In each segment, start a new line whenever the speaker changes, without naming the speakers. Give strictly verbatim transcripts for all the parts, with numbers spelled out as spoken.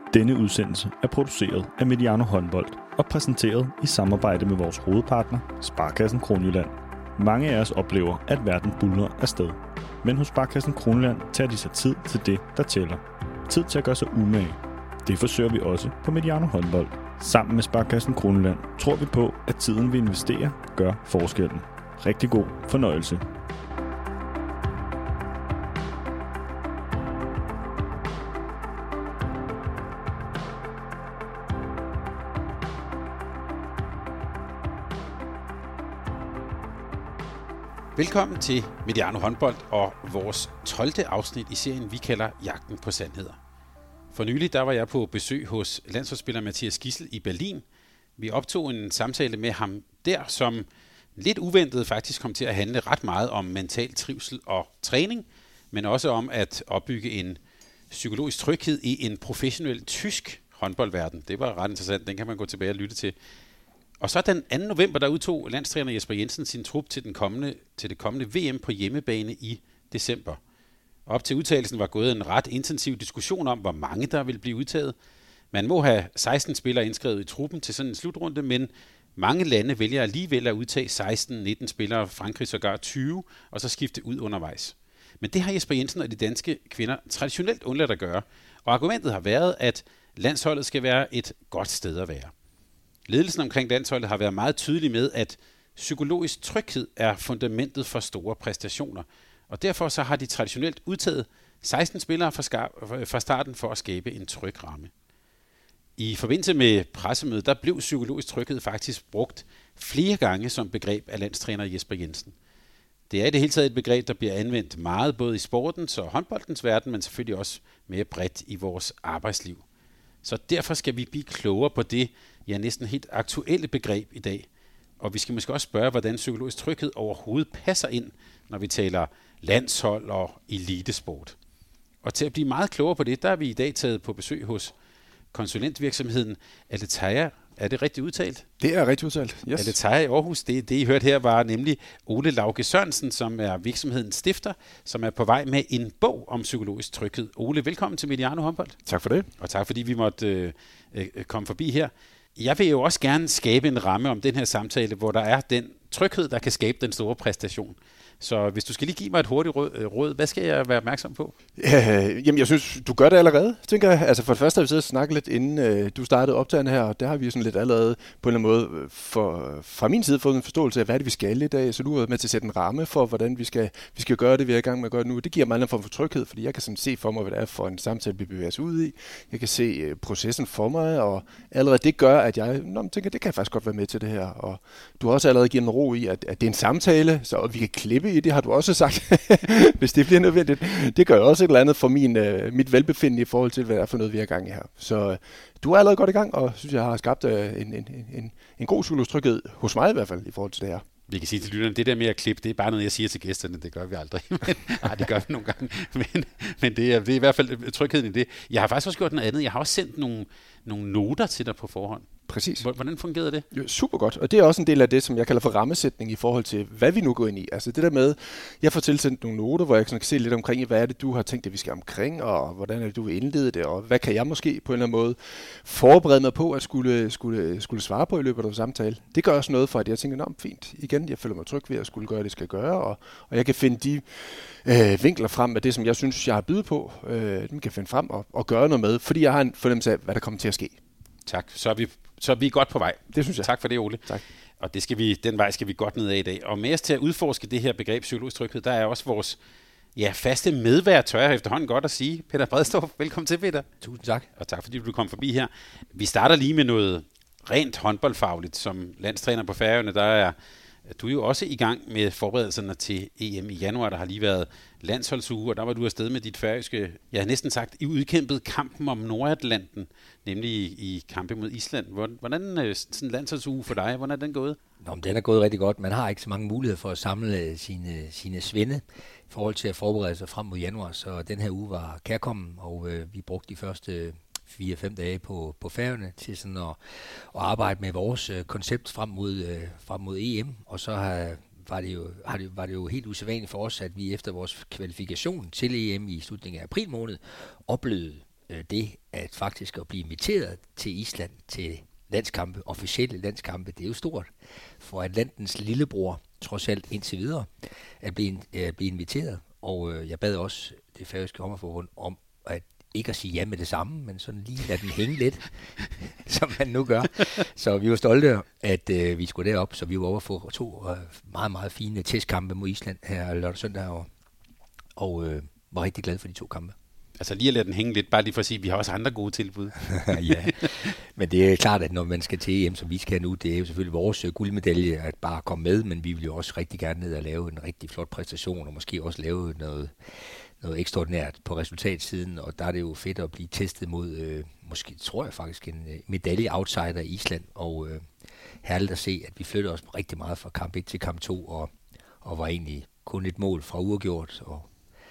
Denne udsendelse er produceret af Mediano Håndbold og præsenteret i samarbejde med vores hovedpartner, Sparekassen Kronjylland. Mange af os oplever, at verden buldrer afsted. Men hos Sparekassen Kronjylland tager de sig tid til det, der tæller. Tid til at gøre sig umage. Det forsøger vi også på Mediano Håndbold. Sammen med Sparekassen Kronjylland tror vi på, at tiden vi investerer gør forskellen. Rigtig god fornøjelse.
Velkommen til Mediano Håndbold og vores tolvte afsnit i serien, vi kalder Jagten på Sandheder. For nylig der var jeg på besøg hos landsholdsspiller Mathias Gidsel i Berlin. Vi optog en samtale med ham der, som lidt uventet faktisk kom til at handle ret meget om mental trivsel og træning, men også om at opbygge en psykologisk tryghed i en professionel tysk håndboldverden. Det var ret interessant, den kan man gå tilbage og lytte til. Og så den anden november, der udtog landstræner Jesper Jensen sin trup til, den kommende, til det kommende V M på hjemmebane i december. Op til udtagelsen var gået en ret intensiv diskussion om, hvor mange der vil blive udtaget. Man må have seksten spillere indskrevet i truppen til sådan en slutrunde, men mange lande vælger alligevel at udtage seksten nitten spillere, Frankrig sågar tyve, og så skifte ud undervejs. Men det har Jesper Jensen og de danske kvinder traditionelt undladt at gøre, og argumentet har været, at landsholdet skal være et godt sted at være. Ledelsen omkring landsholdet har været meget tydelig med, at psykologisk tryghed er fundamentet for store præstationer, og derfor så har de traditionelt udtaget seksten spillere fra starten for at skabe en tryg ramme. I forbindelse med pressemødet, der blev psykologisk tryghed faktisk brugt flere gange som begreb af landstræner Jesper Jensen. Det er i det hele taget et begreb, der bliver anvendt meget både i sportens og håndboldens verden, men selvfølgelig også mere bredt i vores arbejdsliv. Så derfor skal vi blive klogere på det, ja næsten helt aktuelle begreb i dag. Og vi skal måske også spørge, hvordan psykologisk tryghed overhovedet passer ind, når vi taler landshold og elitesport. Og til at blive meget klogere på det, der er vi i dag taget på besøg hos konsulentvirksomheden Aletheia. Er det rigtigt udtalt?
Det er rigtigt udtalt, yes.
Aletheia i Aarhus, det, det I hørte her var nemlig Ole Lauke Sørensen, som er virksomhedens stifter, som er på vej med en bog om psykologisk tryghed. Ole, velkommen til Mediano Håndbold.
Tak for det.
Og tak fordi vi måtte øh, øh, komme forbi her. Jeg vil jo også gerne skabe en ramme om den her samtale, hvor der er den tryghed, der kan skabe den store præstation. Så hvis du skal lige give mig et hurtigt råd, hvad skal jeg være opmærksom på?
Øh, jamen, jeg synes, du gør det allerede, tænker jeg. Altså for det første har vi siddet og snakket lidt, inden øh, du startede optagende her, og der har vi sådan lidt allerede på en eller anden måde for, fra min side fået en forståelse af, hvad det vi skal i dag. Så du har været med til at sætte en ramme for, hvordan vi skal, vi skal gøre det, vi er i gang med at gøre det nu. Det giver mig en form for tryghed, fordi jeg kan sådan se for mig, hvad det er for en samtale, vi bevæger os ud i. Jeg kan se øh, processen for mig, og allerede det gør, at jeg nå, tænker, det kan jeg faktisk godt være med til det her. Og du har også allerede givet en ro i, at, at det er en samtale, så vi kan klippe i det, har du også sagt, hvis det bliver nødvendigt. Det gør også et eller andet for min, uh, mit velbefindende i forhold til, hvad det er for noget, vi er i gang i her. Så uh, du er allerede godt i gang, og synes, jeg har skabt uh, en, en, en, en god psykologisk tryghed, hos mig i hvert fald, i forhold til det her.
Vi kan sige til lytterne, det der med at klippe, det er bare noget, jeg siger til gæsterne, det gør vi aldrig. Nej, det gør vi nogle gange, men, men det, er, det er i hvert fald trygheden i det. Jeg har faktisk også gjort noget andet. Jeg har også sendt nogle, nogle noter til dig på forhånd.
Præcis.
Hvordan fungerede det?
Jo, super godt, og det er også en del af det, som jeg kalder for rammesætning i forhold til, hvad vi nu går ind i. Altså det der med, jeg får tilsendt nogle noter, hvor jeg kan se lidt omkring, hvad er det, du har tænkt, at vi skal omkring, og hvordan er det, du vil indlede det, og hvad kan jeg måske på en eller anden måde forberede mig på, at skulle, skulle, skulle svare på i løbet af samtale. Det gør også noget for, at jeg tænker, nå, fint, igen, jeg føler mig tryg ved at skulle gøre det, jeg skal gøre, og, og jeg kan finde de øh, vinkler frem med det, som jeg synes, jeg har bydet på, øh, dem kan jeg finde frem og, og gøre noget med, fordi jeg har en fornemmelse af, hvad der kommer til at ske.
Tak, så er vi Så er vi godt på vej.
Det synes jeg.
Tak for det, Ole.
Tak.
Og det skal vi, den vej skal vi godt ned af i dag. Og med os til at udforske det her begreb psykologisk tryghed, der er også vores ja, faste medvært, tør jeg efterhånden godt at sige. Peter Bredstorff, velkommen til, Peter.
Tusind tak.
Og tak fordi du kom forbi her. Vi starter lige med noget rent håndboldfagligt. Som landstræner på Færøerne, der er du er jo også i gang med forberedelserne til E M i januar. Der har lige været landsholdsuge, og der var du afsted med dit færøske, jeg har næsten sagt, i udkæmpet kampen om Nordatlanten, nemlig i, i kampe mod Island. Hvordan er sådan en landsholdsuge for dig? Hvordan er den gået?
Nå, den er gået rigtig godt. Man har ikke så mange muligheder for at samle sine, sine svende i forhold til at forberede sig frem mod januar, så den her uge var kærkommen, og øh, vi brugte de første fire fem dage på, på Færøerne til sådan at, at arbejde med vores øh, koncept frem mod, øh, frem mod E M, og så har, var, det jo, har det, var det jo helt usædvanligt for os, at vi efter vores kvalifikation til E M i slutningen af april måned oplevede øh, det at faktisk at blive inviteret til Island til landskampe, officielle landskampe, det er jo stort for Atlantens lillebror, trods alt indtil videre, at blive, at blive inviteret. Og øh, jeg bad også det færøske håndboldforbund om at ikke at sige ja med det samme, men sådan lige lade den hænge lidt, som man nu gør. Så vi var stolte, at øh, vi skulle derop, så vi var over at få to øh, meget, meget fine testkampe mod Island her lørdag søndag, og, og øh, var rigtig glad for de to kampe.
Altså lige at lade den hænge lidt, bare lige for at sige, at vi har også andre gode tilbud.
Ja, men det er klart, at når man skal til E M, som vi skal nu, det er jo selvfølgelig vores guldmedalje at bare komme med, men vi vil jo også rigtig gerne ned og lave en rigtig flot præstation, og måske også lave noget, noget ekstraordinært på resultatsiden, og der er det jo fedt at blive testet mod, øh, måske tror jeg faktisk, en medalje-outsider i Island, og øh, herligt at se, at vi flytter os rigtig meget fra kamp et til kamp to, og, og var egentlig kun et mål fra uafgjort, og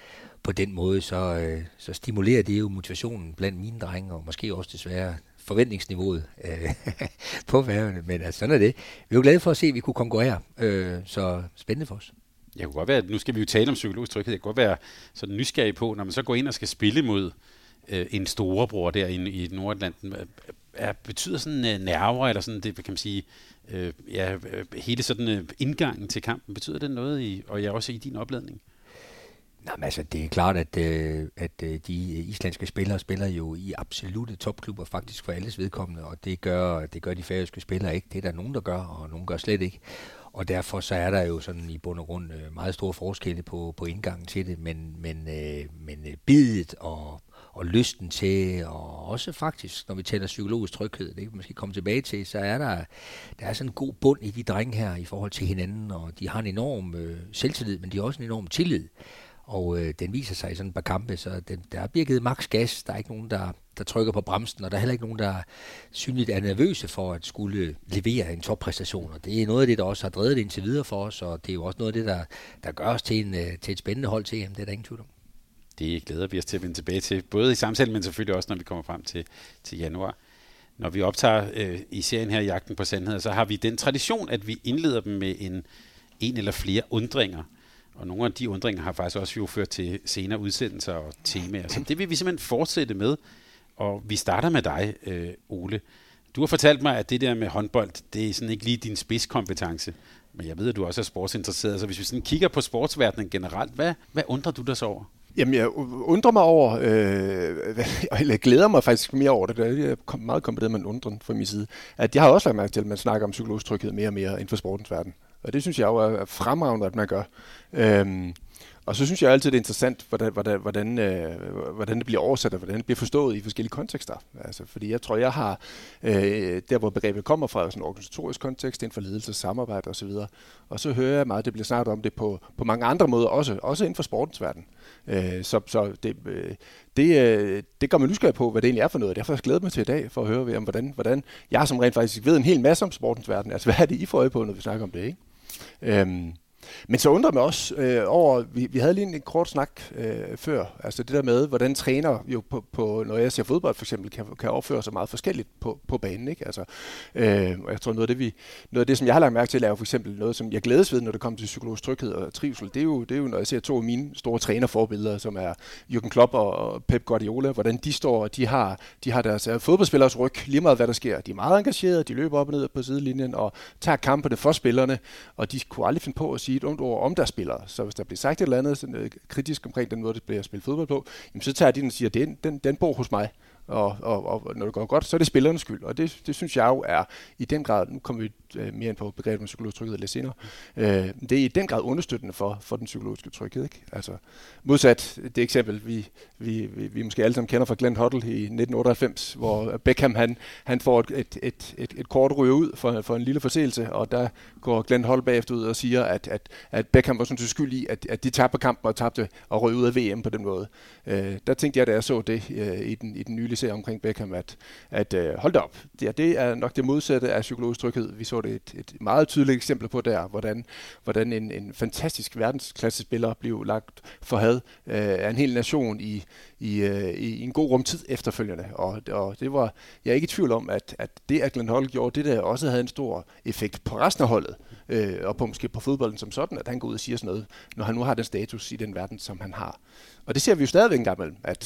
på den måde, så, øh, så stimulerer det jo motivationen blandt mine drenge, og måske også desværre forventningsniveauet øh, på Færøerne. Men altså, sådan er det. Vi er jo glade for at se, at vi kunne konkurrere, øh, så spændende for os.
Jeg kunne godt være, nu skal vi jo tale om psykologisk tryghed, jeg kunne godt være sådan nysgerrig på, når man så går ind og skal spille mod øh, en storebror der i, i Nordatlanten, er, betyder sådan øh, nerver, eller sådan det, kan man sige, øh, ja, hele sådan øh, indgangen til kampen, betyder det noget, i, og jeg også i din opladning?
Jamen, altså, det er klart, at, øh, at øh, de islandske spillere spiller jo i absolute topklubber, faktisk for alles vedkommende, og det gør, det gør de færøske spillere ikke. Det er der nogen, der gør, og nogen gør slet ikke. Og derfor så er der jo sådan i bund og grund øh, meget store forskelle på, på indgangen til det, men, men, øh, men øh, bidet og, og lysten til, og også faktisk, når vi taler psykologisk tryghed, det kan vi måske komme tilbage til, så er der, der er sådan en god bund i de drenge her i forhold til hinanden, og de har en enorm øh, selvtillid, men de har også en enorm tillid. Og øh, den viser sig i sådan et par kampe, så den, der er givet maks gas. Der er ikke nogen, der, der trykker på bremsen, og der er heller ikke nogen, der synligt er nervøse for at skulle levere en toppræstation. Og det er noget af det, der også har drevet det indtil videre for os, og det er jo også noget af det, der, der gør os til, en, til et spændende hold til E M. Det er der ingen tvivl om.
Det glæder vi os til at vende tilbage til, både i samtalen, men selvfølgelig også, når vi kommer frem til, til januar. Når vi optager øh, i serien her Jagten på Sandheder, så har vi den tradition, at vi indleder dem med en, en eller flere undringer. Og nogle af de undringer har faktisk også jo ført til senere udsendelser og temaer. Så det vil vi simpelthen fortsætte med. Og vi starter med dig, øh, Ole. Du har fortalt mig, at det der med håndbold, det er sådan ikke lige din spidskompetence. Men jeg ved, at du også er sportsinteresseret. Så hvis vi sådan kigger på sportsverdenen generelt, hvad, hvad undrer du dig så over?
Jamen, jeg undrer mig over, øh, eller jeg glæder mig faktisk mere over det, det er meget kompetent med en undren fra min side, at jeg har også lagt mærke til, at man snakker om psykologisk tryghed mere og mere inden for sportens verden. Og det synes jeg jo er fremragende, at man gør. Øhm, og så synes jeg altid, det er interessant, hvordan, hvordan, hvordan, øh, hvordan det bliver oversat, og hvordan det bliver forstået i forskellige kontekster. Altså, fordi jeg tror, jeg har, øh, der hvor begrebet kommer fra, sådan en organisatorisk kontekst, inden for ledelse, samarbejde osv., og så hører jeg meget, at det bliver snakket om det på, på mange andre måder, også, også inden for sportens verden. Øh, så så det, øh, det, øh, det gør man nysgerrig på, hvad det egentlig er for noget. Derfor har jeg glædet mig til i dag, for at høre om, hvordan, hvordan jeg som rent faktisk ved en hel masse om sportens verden, altså hvad er det, I får øje på, når vi snakker om det, ikke? Øhm, men så undrer mig også øh, over, vi, vi havde lige en, en kort snak øh, før, altså det der med, hvordan træner jo på, på når jeg ser fodbold for eksempel, kan, kan opføre sig meget forskelligt på, på banen, ikke? Altså, øh, og jeg tror noget af det, vi, noget af det, som jeg har lagt mærke til, er jo for eksempel noget, som jeg glædes ved, når det kommer til psykologisk tryghed og trivsel. Det er jo, det er jo når jeg ser to af mine store trænerforbilleder, som er Jürgen Klopp og Pep Guardiola, hvordan de står, de har, de har deres fodboldspillers ryg, lige meget hvad der sker. De er meget engagerede, de løber op og ned på sidelinjen og tager kampene for spillerne, og de kunne aldrig finde på at sige et ondt ord om deres spillere. Så hvis der bliver sagt et eller andet sådan, øh, kritisk omkring den måde, det bliver spillet fodbold på, jamen, så tager de den og siger, den, den, den bor hos mig. Og, og, og når det går godt, så er det spillernes skyld. Og det, det synes jeg jo er i den grad, nu kommer vi øh, mere ind på begrebet om psykologisk tryghed lidt senere, øh, det er i den grad understøttende for, for den psykologiske tryghed. Ikke? Altså, modsat det eksempel, vi, vi, vi, vi måske alle sammen kender fra Glenn Hoddle i nitten otteoghalvfems, hvor Beckham han, han får et, et, et, et, et kort ryger ud for, for en lille forseelse, og der går Glenn Hoddle bagefter ud og siger, at, at, at Beckham var sådan til skyld i, at, at de tabte kampen og tabte og røg ud af V M på den måde. Øh, der tænkte jeg, da jeg så det øh, i, den, i den nylige serie omkring Beckham, at, at øh, hold da op, det, det er nok det modsatte af psykologisk tryghed. Vi så det et, et meget tydeligt eksempel på der, hvordan, hvordan en, en fantastisk verdensklassespiller blev lagt for had øh, af en hel nation i, i, øh, i en god rumtid efterfølgende. Og, og det var jeg er ikke i tvivl om, at, at det, at Glenn Hoddle gjorde, det der også havde en stor effekt på resten af holdet, øh, og på måske på fodbolden som sådan, at han går ud og siger sådan noget, når han nu har den status i den verden, som han har. Og det ser vi jo stadigvæk en gang imellem, at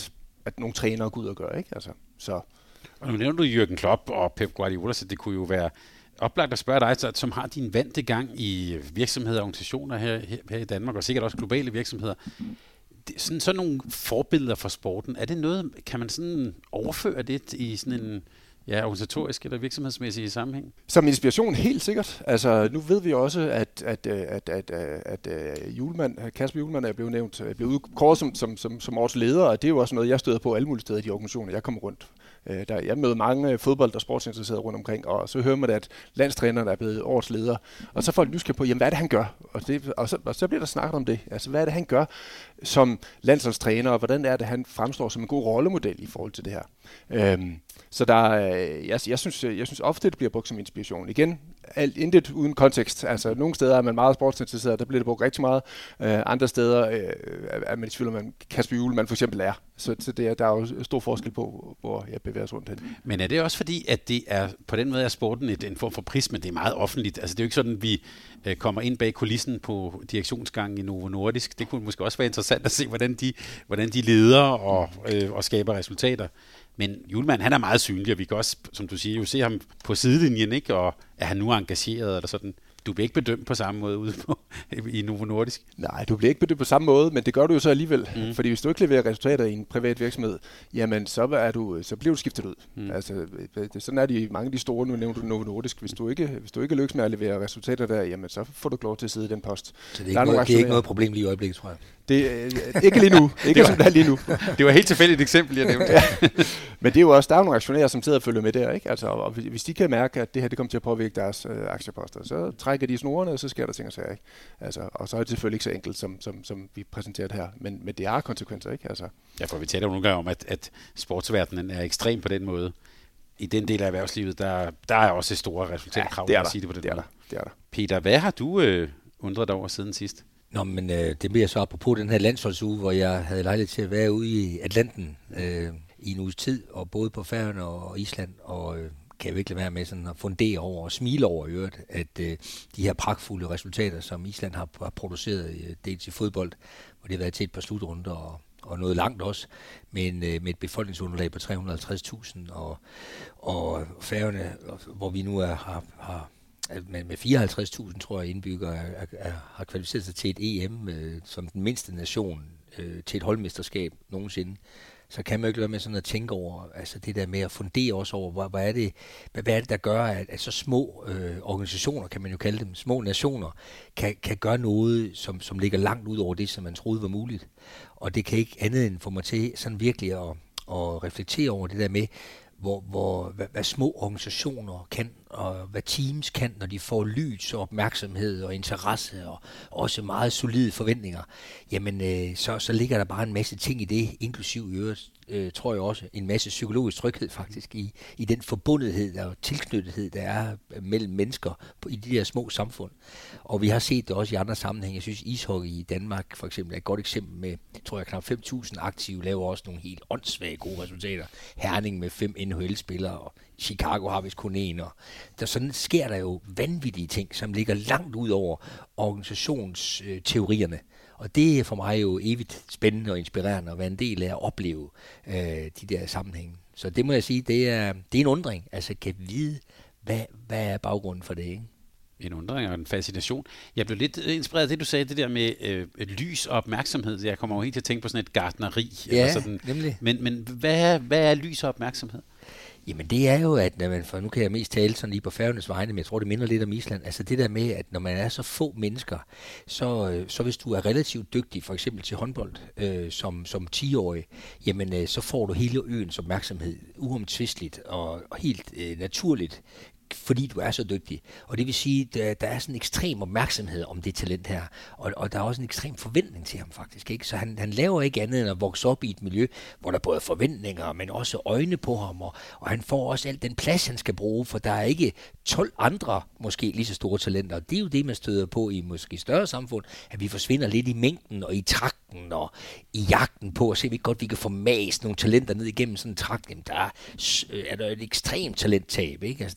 at nogle trænere går ud og gør, ikke? Altså, så.
Og nu nævner du Jürgen Klopp og Pep Guardiola, så det kunne jo være oplagt at spørge dig, som har din vante gang i virksomheder og organisationer her, her, her i Danmark, og sikkert også globale virksomheder. Det, sådan, sådan nogle forbilleder for sporten, er det noget, kan man sådan overføre det i sådan en ja, organisatorisk eller virksomhedsmæssig sammenhæng?
Som inspiration helt sikkert. Altså, nu ved vi også, at, at, at, at, at, at Julemand, Kasper Julemand er blevet nævnt, er blevet udkåret som, som, som, som årets leder, og det er jo også noget, jeg støder på alle mulige steder i de organisationer, jeg kommer rundt. Der, jeg møder mange fodbold- og sportsinteresserede rundt omkring, og så hører man, at landstræneren er blevet årets leder, og så er folk nysgerrige på, jamen, hvad er det, han gør? Og, det, og, så, og så bliver der snakket om det. Altså, hvad er det, han gør som landsholdstræner, og hvordan er det, han fremstår som en god rollemodel i forhold til det her? Øhm, så der, jeg, jeg, synes, jeg synes ofte, det bliver brugt som inspiration. Igen, alt intet uden kontekst. Altså, nogle steder er man meget sportsinteresseret, der bliver det brugt rigtig meget. Øh, andre steder øh, er man i tvivl om, man Kasper Julemand for eksempel er. Så, så det er, der er jo stor forskel på, hvor jeg bevæger sig rundt hen.
Men er det også fordi, at det er på den måde er sporten et, en form for pris, men det er meget offentligt? Altså, det er jo ikke sådan, at vi øh, kommer ind bag kulissen på direktionsgangen i Novo Nordisk. Det kunne måske også være interessant at se, hvordan de, hvordan de leder og, øh, og skaber resultater. Men Julemand, han er meget synlig, og vi kan også, som du siger, jo se ham på sidelinjen, ikke? Og er han nu engageret eller sådan? Du bliver ikke bedømt på samme måde ude på, i Novo Nordisk.
Nej, du bliver ikke bedømt på samme måde, men det gør du jo så alligevel. Mm. Fordi hvis du ikke leverer resultater i en privat virksomhed, jamen så, er du, så bliver du skiftet ud. Mm. Altså, det, sådan er det i mange af de store, nu nævner du Novo Nordisk. Hvis du ikke, hvis du ikke lykkes med at levere resultater der, jamen så får du lov til at sidde i den post.
Så det er, ikke, er, noget, det er ikke noget problem lige i øjeblikket, tror jeg.
Det, øh, ikke lige nu. Ikke det var, som det er lige nu.
Det var helt tilfældigt et eksempel, jeg nævnte.
Ja. Men det er jo også, der er jo nogle aktionærer, som sidder og følger med der, ikke? Altså, og hvis de kan mærke, at det her det kommer til at påvirke deres øh, aktieposter, så trækker de snorene, og så sker der ting og sager, ikke? Altså, og så er det selvfølgelig ikke så enkelt, som, som, som vi præsenterer her, men, men det er konsekvenser, ikke? Altså.
Ja, for vi taler jo nogle gange om, at, at sportsverdenen er ekstrem på den måde. I den del af erhvervslivet, der, der er også store resultatkrav,
ja,
at sige det på den
det er
måde.
Der. Det er der.
Peter, hvad har du øh, undret dig over siden sidst?
Nå, men øh, det bliver så apropos den her landsholdsuge, hvor jeg havde lejlighed til at være ude i Atlanten øh, i en uges tid, og både på Færøerne og Island, og øh, kan jeg virkelig være med sådan at fundere over og smile over i øvrigt, at øh, de her pragtfulde resultater, som Island har, har produceret, øh, dels i fodbold, hvor det har været til et par slutrunder og, og noget langt også, men øh, med et befolkningsunderlag på tre hundrede og halvtreds tusind, og, og Færøerne, hvor vi nu er, har, har med, med fireoghalvtreds tusind, tror jeg, indbyggere er, er, er, har kvalificeret sig til et E M øh, som den mindste nation øh, til et holdmesterskab nogensinde. Så kan man jo ikke lade med sådan at tænke over, altså det der med at fundere også over, hvad, hvad, er, det, hvad, hvad er det, der gør, at, at så små øh, organisationer, kan man jo kalde dem, små nationer, kan, kan gøre noget, som, som ligger langt ud over det, som man troede var muligt. Og det kan ikke andet end få mig til sådan virkelig at, at reflektere over det der med, hvor, hvor, hvad, hvad små organisationer kan, og hvad teams kan, når de får lys og opmærksomhed og interesse, og også meget solide forventninger, jamen øh, så, så ligger der bare en masse ting i det, inklusiv i øvrigt, øh, tror jeg også, en masse psykologisk tryghed faktisk, i, i den forbundethed og tilknyttethed, der er mellem mennesker på, i de der små samfund. Og vi har set det også i andre sammenhænge. Jeg synes, ishockey i Danmark for eksempel er et godt eksempel med, tror jeg, knap fem tusind aktive, laver også nogle helt åndssvage gode resultater. Herning med fem N H L-spillere, og Chicago har vist kun en, og der sådan sker der jo vanvittige ting, som ligger langt ud over organisationsteorierne. Og det er for mig jo evigt spændende og inspirerende at være en del af at opleve øh, de der sammenhænge. Så det må jeg sige, det er, det er en undring. Altså kan vide, hvad, hvad er baggrunden for det, ikke?
En undring og en fascination. Jeg blev lidt inspireret af det, du sagde, det der med øh, lys og opmærksomhed. Jeg kommer jo helt til at tænke på sådan et gartneri.
Ja,
eller sådan.
Nemlig.
Men, men hvad, er, hvad er lys og opmærksomhed?
Jamen det er jo, at når man, for nu kan jeg mest tale sådan lige på Færøernes vegne, men jeg tror, det minder lidt om Island. Altså det der med, at når man er så få mennesker, så, så hvis du er relativt dygtig, for eksempel til håndbold, øh, som, som ti-årig, jamen øh, så får du hele øens opmærksomhed, uomtvisteligt og, og helt øh, naturligt, fordi du er så dygtig. Og det vil sige, at der er sådan en ekstrem opmærksomhed om det talent her, og, og der er også en ekstrem forventning til ham faktisk, ikke? Så han, han laver ikke andet end at vokse op i et miljø, hvor der både er forventninger, men også øjne på ham, og, og han får også alt den plads, han skal bruge, for der er ikke tolv andre, måske lige så store talenter, og det er jo det, man støder på i måske større samfund, at vi forsvinder lidt i mængden, og i trakten, og i jagten på, at se, vi godt vi kan få mast nogle talenter ned igennem sådan en trakt. Jamen, der er, er der et ekstremt talenttab, ikke? Altså det er klart.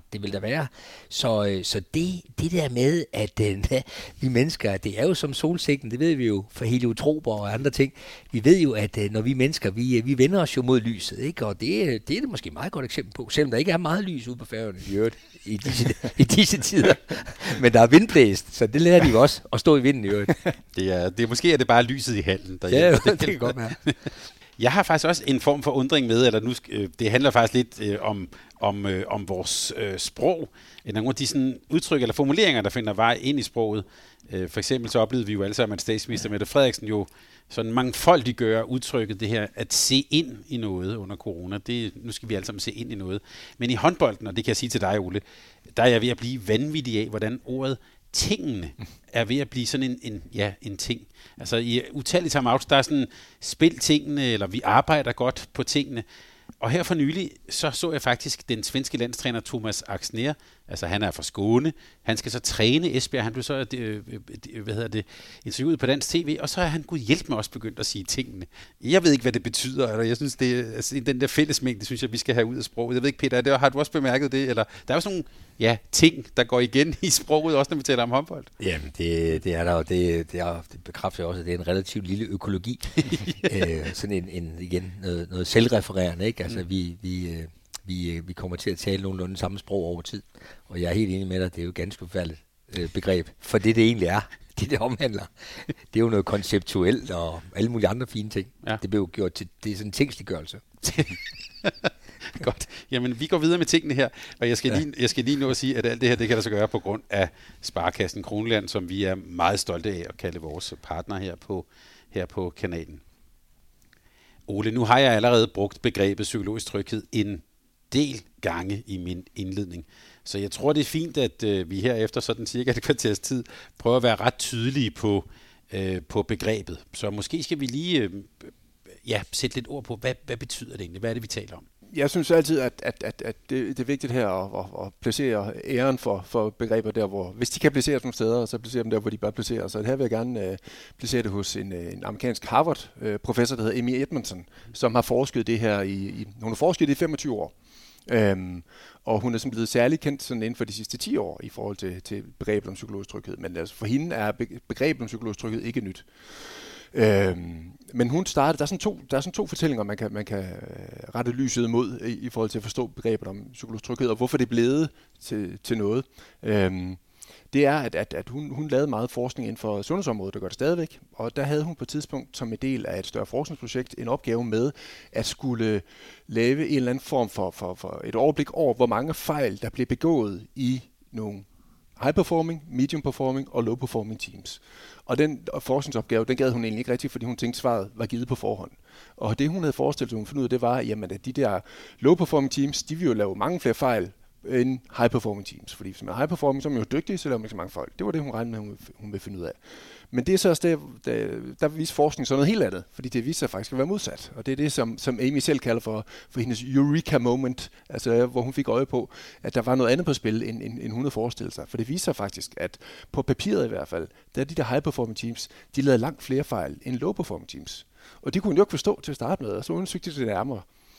klart, det vil der være. Så, øh, så det, det der med, at øh, vi mennesker, det er jo som solsikken, det ved vi jo fra heliotroper og andre ting. Vi ved jo, at øh, når vi mennesker, vi, vi vender os jo mod lyset, ikke? Og det, det er det måske et meget godt eksempel på, selvom der ikke er meget lys ude på Færøerne i øvrigt i disse, i disse tider. Men der er vindblæst, så det lærer de jo også at stå i vinden i øvrigt.
Det er, det er, måske er det bare lyset i hallen. Der
ja, det, det kan godt være.
Jeg har faktisk også en form for undring med, eller nu, øh, det handler faktisk lidt øh, om, om, øh, om vores øh, sprog. Nogle af de sådan, udtryk eller formuleringer, der finder vej ind i sproget. Øh, for eksempel så oplevede vi jo alle sammen, at statsminister Mette Frederiksen jo sådan mangfoldiggør udtrykket det her, at se ind i noget under corona. Det, nu skal vi alle sammen se ind i noget. Men i håndbolden, og det kan jeg sige til dig, Ole, der er jeg ved at blive vanvittig af, hvordan ordet tingene er ved at blive sådan en, en, ja, en ting. Altså i utallige timeouts, der er sådan, spil tingene, eller vi arbejder godt på tingene. Og her for nylig, så så jeg faktisk den svenske landstræner Thomas Axner, altså han er fra Skåne, han skal så træne Esbjerg, han blev så, øh, hvad hedder det, interviewet på dansk tv, og så er han, gud hjælp mig, også begyndt at sige tingene. Jeg ved ikke, hvad det betyder, eller jeg synes, det er, altså, den der fællesmængde, synes jeg, vi skal have ud af sproget. Jeg ved ikke, Peter, det, har du også bemærket det? Eller, der er jo sådan nogle ja, ting, der går igen i sproget, også når vi taler om håndbold.
Jamen, det, det er der jo, det, det, er, det bekræfter også, at det er en relativt lille økologi. øh, sådan en, en igen, noget, noget selvrefererende, ikke? Altså, mm. vi... vi øh, Vi, vi kommer til at tale nogenlunde samme sprog over tid. Og jeg er helt enig med dig, det er jo et ganske forfærdeligt øh, begreb. For det, det egentlig er, det det omhandler, det er jo noget konceptuelt og alle mulige andre fine ting. Ja. Det blev gjort til, det er sådan en tingsliggørelse.
Godt. Jamen, vi går videre med tingene her, og jeg skal, ja. lige, jeg skal lige nå at sige, at alt det her, det kan der så gøre på grund af Sparekassen Kronjylland, som vi er meget stolte af at kalde vores partner her på, her på kanalen. Ole, nu har jeg allerede brugt begrebet psykologisk tryghed en del gange i min indledning. Så jeg tror, det er fint, at øh, vi her efter sådan cirka et kvarters tid prøver at være ret tydelige på, øh, på begrebet. Så måske skal vi lige øh, ja, sætte lidt ord på, hvad, hvad betyder det egentlig? Hvad er det, vi taler om?
Jeg synes altid, at, at, at, at det, det er vigtigt her at, at, at placere æren for, for begreber der, hvor hvis de kan placeres nogle steder, så placerer dem der, hvor de bør placeres. Så her vil jeg gerne uh, placere det hos en, en amerikansk Harvard-professor, der hedder Amy Edmondson, som har forsket det her i, i hun har forsket det i femogtyve år. Øhm, og hun er sådan blevet særligt kendt sådan inden for de sidste ti år i forhold til, til begrebet om psykologisk tryghed. Men altså for hende er begrebet om psykologisk tryghed ikke nyt. Øhm, men hun startede, der er sådan to, der er sådan to fortællinger, man kan, man kan rette lyset mod i, i forhold til at forstå begrebet om psykologisk tryghed, og hvorfor det er blevet til, til noget. Øhm, det er, at, at, at hun, hun lavede meget forskning inden for sundhedsområdet, der gør det stadigvæk, og der havde hun på et tidspunkt som en del af et større forskningsprojekt en opgave med at skulle lave en eller anden form for, for, for et overblik over, hvor mange fejl, der blev begået i nogle high-performing, medium-performing og low-performing teams. Og den forskningsopgave, den gad hun egentlig ikke rigtig, fordi hun tænkte, svaret var givet på forhånd. Og det, hun havde forestillet sig, hun fandt ud af, det var, jamen, at de der low-performing teams, de vil jo lave mange flere fejl end high-performing teams. Fordi hvis man er high-performing, så er man jo dygtig, så laver man ikke så mange fejl. Det var det, hun regnede med, hun, hun ville finde ud af. Men det er så også det, der, der viser forskning sådan noget helt andet, fordi det viser sig faktisk at være modsat. Og det er det, som, som Amy selv kalder for, for hendes eureka moment, altså hvor hun fik øje på, at der var noget andet på spil, end, end, end hun havde forestillet sig. For det viser sig faktisk, at på papiret i hvert fald, der er de der high-performing teams, de lavede langt flere fejl end low-performing teams. Og de kunne jo ikke forstå til at starte med, og så undersøgte de det nærmere.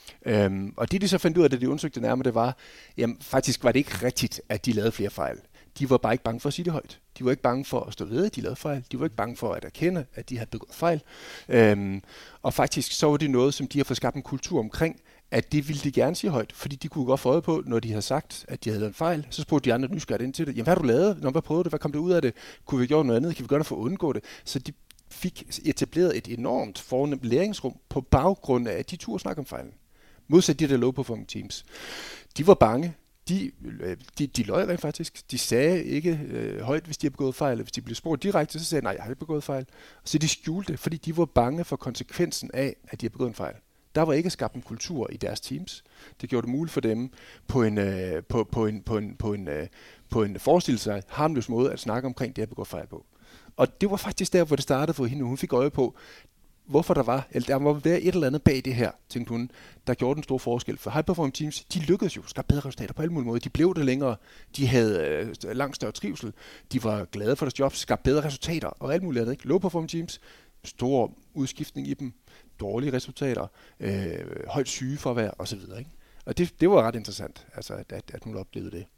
Øhm, og det de så fandt ud af, da de undersøgte det nærmere, det var, jamen faktisk var det ikke rigtigt, at de lavede flere fejl. De var bare ikke bange for at sige det højt. De var ikke bange for at stå ved, at de lavede fejl. De var ikke bange for at erkende, at de havde begået fejl. Øhm, og faktisk så var det noget, som de har fået skabt en kultur omkring, at det ville de gerne sige højt, fordi de kunne godt få øje på, når de havde sagt, at de havde lavet en fejl, så spurgte de andre nysgerrigt ind til det. Jamen, hvad har du lavet? Nå, hvad prøvede du? Hvad kom det ud af det? Kunne vi gøre noget andet? Kan vi gøre noget for at undgå det? Så de fik etableret et enormt fornemt læringsrum på baggrund af, at de turde snakke om fejlen. Modsat de der low-performing teams. De var bange. De, de, de løj rent faktisk. De sagde ikke øh, højt, hvis de har begået fejl. Hvis de blev spurgt direkte, så sagde de, nej, jeg har ikke begået fejl. Så de skjulte det, fordi de var bange for konsekvensen af, at de har begået en fejl. Der var ikke skabt en kultur i deres teams. Det gjorde det muligt for dem på en, øh, på, på en, på en, på en, øh, på en forestillet sig harmløs måde at snakke omkring det, at begå fejl på. Og det var faktisk der, hvor det startede for hende. Hun fik øje på, hvorfor der var, eller der må være et eller andet bag det her, tænkte hun, der gjorde den store forskel. For high-performing teams, de lykkedes jo, skabte bedre resultater på alle mulige måder. De blev det længere, de havde øh, langt større trivsel, de var glade for deres job, skabte bedre resultater og alt muligt andet. Ikke? Low-performing teams, stor udskiftning i dem, dårlige resultater, øh, højt sygeforvær osv. Ikke? Og det, det var ret interessant, altså, at, at, at hun oplevede det.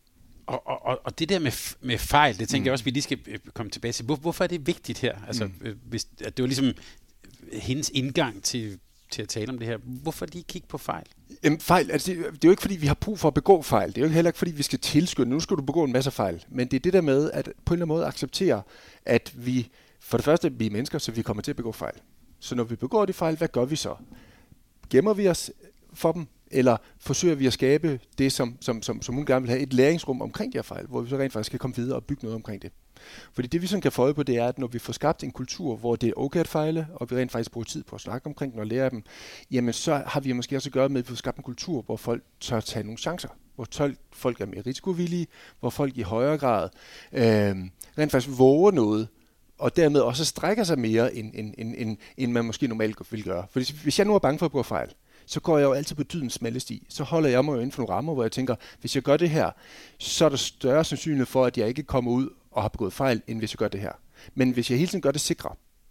Og, og, og det der med, med fejl, det tænker mm. jeg også, vi lige skal komme tilbage til. Hvor, hvorfor er det vigtigt her? Altså, mm. hvis, at det var ligesom hendes indgang til, til at tale om det her. Hvorfor lige kigge på fejl?
Jamen, fejl, altså det, det er jo ikke, fordi vi har brug for at begå fejl. Det er jo heller ikke, fordi vi skal tilskynde. Nu skal du begå en masse fejl. Men det er det der med, at på en eller anden måde acceptere, at vi, for det første, vi er mennesker, så vi kommer til at begå fejl. Så når vi begår de fejl, hvad gør vi så? Gemmer vi os for dem? Eller forsøger vi at skabe det, som, som, som, som hun gerne vil have, et læringsrum omkring de her fejl, hvor vi så rent faktisk kan komme videre og bygge noget omkring det. Fordi det, vi sådan kan få øje på, det er, at når vi får skabt en kultur, hvor det er okay at fejle, og vi rent faktisk bruger tid på at snakke omkring den og lære dem, jamen så har vi måske også at gøre med, at vi får skabt en kultur, hvor folk tør tage nogle chancer, hvor folk er mere risikovillige, hvor folk i højere grad øh, rent faktisk våger noget, og dermed også strækker sig mere, end, end, end, end, end man måske normalt vil gøre. For hvis jeg nu er bange for at begå fejl, så går jeg jo altid på dydens smalle sti. Så holder jeg mig jo inden for nogle rammer, hvor jeg tænker, hvis jeg gør det her, så er der større sandsynlighed for, at jeg ikke kommer ud og har begået fejl, end hvis jeg gør det her. Men hvis jeg hele tiden gør det sikre,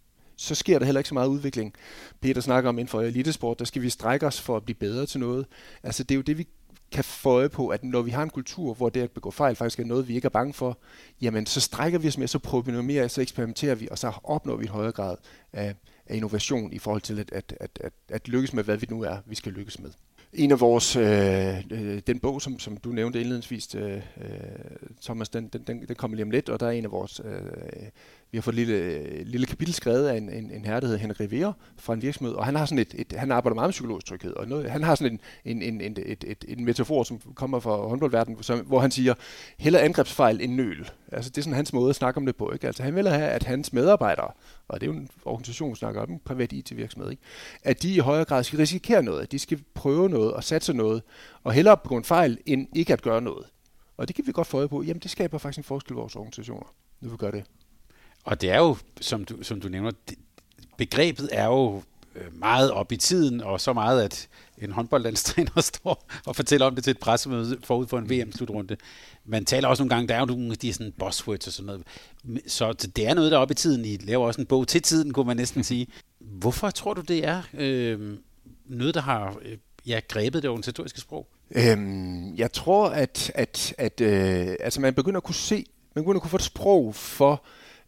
så sker der heller ikke så meget udvikling. Peter snakker om inden for elitesport, der skal vi strække os for at blive bedre til noget. Altså det er jo det, vi kan få øje på, at når vi har en kultur, hvor det at begå fejl faktisk er noget, vi ikke er bange for, jamen så strækker vi os mere, så prøver vi noget mere, så eksperimenterer vi, og så opnår vi en højere grad af, af innovation i forhold til at, at, at, at, at lykkes med, hvad vi nu er, vi skal lykkes med. En af vores, øh, øh, den bog, som, som du nævnte indledningsvis, øh, Thomas, den, den, den kommer lige om lidt, og der er en af vores, øh, vi har fået et lille, lille kapitel skrevet af en, en, en herre, der hedder Henrik Rivera fra en virksomhed, og han har sådan et, et han arbejder meget med psykologisk tryghed, og noget, han har sådan en, en, en, en, et, et, en metafor, som kommer fra håndboldverdenen, som, hvor han siger, hellere angrebsfejl end nøl. Altså det er sådan hans måde at snakke om det på, ikke? Altså han vil have, at hans medarbejdere, og det er jo en organisation, der snakker om en privat I T-virksomhed, ikke? At de i højere grad skal risikere noget, at de skal prøve noget og satse noget, og hellere begå en fejl, end ikke at gøre noget. Og det kan vi godt få øje på. Jamen det skaber faktisk en forskel i vores organisationer, når vi gør det.
Og det er jo, som du, som du nævner, det, begrebet er jo meget op i tiden, og så meget, at en håndboldlandstræner står og fortæller om det til et pressemøde forud for en V M-slutrunde. Man taler også nogle gange, der er jo nogle af de sådan buzzwords og sådan noget. Så det er noget, der er op i tiden. I laver også en bog til tiden, kunne man næsten sige. Hvorfor tror du, det er øh, noget, der har øh, ja, grebet det organisatoriske sprog?
Øhm, jeg tror, at, at, at øh, altså man begynder at kunne se, man begynder at kunne få et sprog for,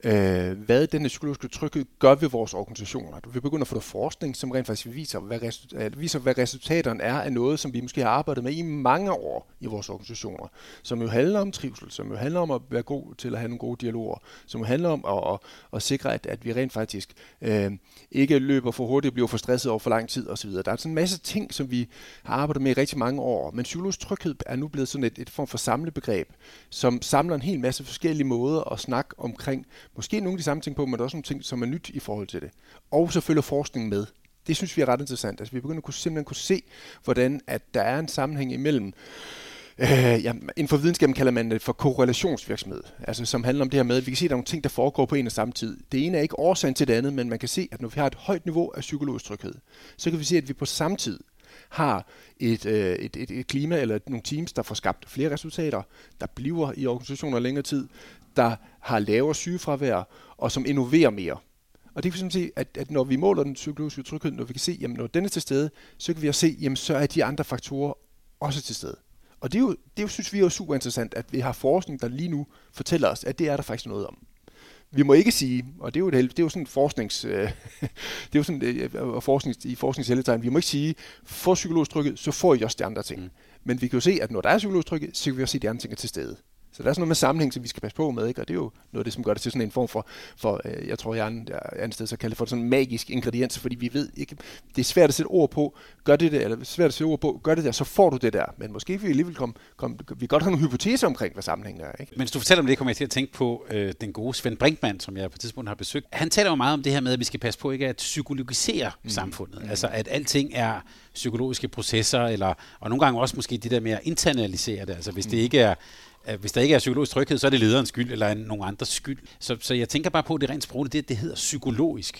Øh, hvad den psykologiske tryghed gør ved vores organisationer. Vi begynder at få forskning, som rent faktisk viser hvad, resu- viser, hvad resultaterne er af noget, som vi måske har arbejdet med i mange år i vores organisationer, som jo handler om trivsel, som jo handler om at være god til at have nogle gode dialoger, som jo handler om at, at, at sikre, at, at vi rent faktisk øh, ikke løber for hurtigt og bliver for stresset over for lang tid osv. Der er sådan en masse ting, som vi har arbejdet med i rigtig mange år, men psykologisk tryghed er nu blevet sådan et, et form for samlebegreb, som samler en hel masse forskellige måder at snakke omkring måske nogle af de samme ting på, men også nogle ting, som er nyt i forhold til det. Og så følger forskning med. Det synes vi er ret interessant. Altså, vi begynder at kunne, simpelthen kunne se, hvordan at der er en sammenhæng imellem. Øh, ja, inden for videnskaben kalder man det for korrelationsvirksomhed, altså som handler om det her med, at vi kan se, at der er nogle ting, der foregår på en og samme tid. Det ene er ikke årsagen til det andet, men man kan se, at når vi har et højt niveau af psykologisk tryghed, så kan vi se, at vi på samme tid har et, øh, et, et, et klima eller nogle teams, der får skabt flere resultater, der bliver i organisationer længere tid, der har lavere sygefravær, og som innoverer mere. Og det vil sige, at, at når vi måler den psykologiske tryghed, når vi kan se, jamen når den er til stede, så kan vi også se, jamen så er de andre faktorer også til stede. Og det, er jo, det er jo, synes vi er jo super interessant, at vi har forskning, der lige nu fortæller os, at det er der faktisk noget om. Vi må ikke sige, og det er jo, det, det er jo sådan forsknings, øh, det er jo sådan øh, forsknings, i forskningsheldetegn, vi må ikke sige, for psykologisk tryghed, så får I også de andre ting. Mm. Men vi kan jo se, at når der er psykologisk tryghed, så kan vi også se, at de andre ting er til stede. Så der er sådan noget med sammenhæng, som vi skal passe på med, ikke? Og det er jo noget af det, som gør det til sådan en form for, for øh, jeg tror, jeg er en sted så kalder det for sådan en magisk ingrediens, fordi vi ved ikke, det er svært at sætte ord på, gør det der, eller svært at sætte ord på, gør det der, så får du det der. Men måske vil vi alligevel komme, komme vi kan godt have nogle hypoteser omkring, hvad sammenhængen er, ikke?
Mens du fortæller om det, kommer jeg til at tænke på øh, den gode Svend Brinkmann, som jeg på et tidspunkt har besøgt. Han taler jo meget om det her med, at vi skal passe på ikke at psykologisere mm. samfundet. Mm. Altså, at alting er psykologiske processer, eller, og nogle gange også måske det der med at internalisere det. Altså, hvis det ikke er Hvis der ikke er psykologisk tryghed, så er det lederens skyld, eller nogen andres skyld. Så, så jeg tænker bare på, at det rent sprogligt, det, det hedder psykologisk. Mm.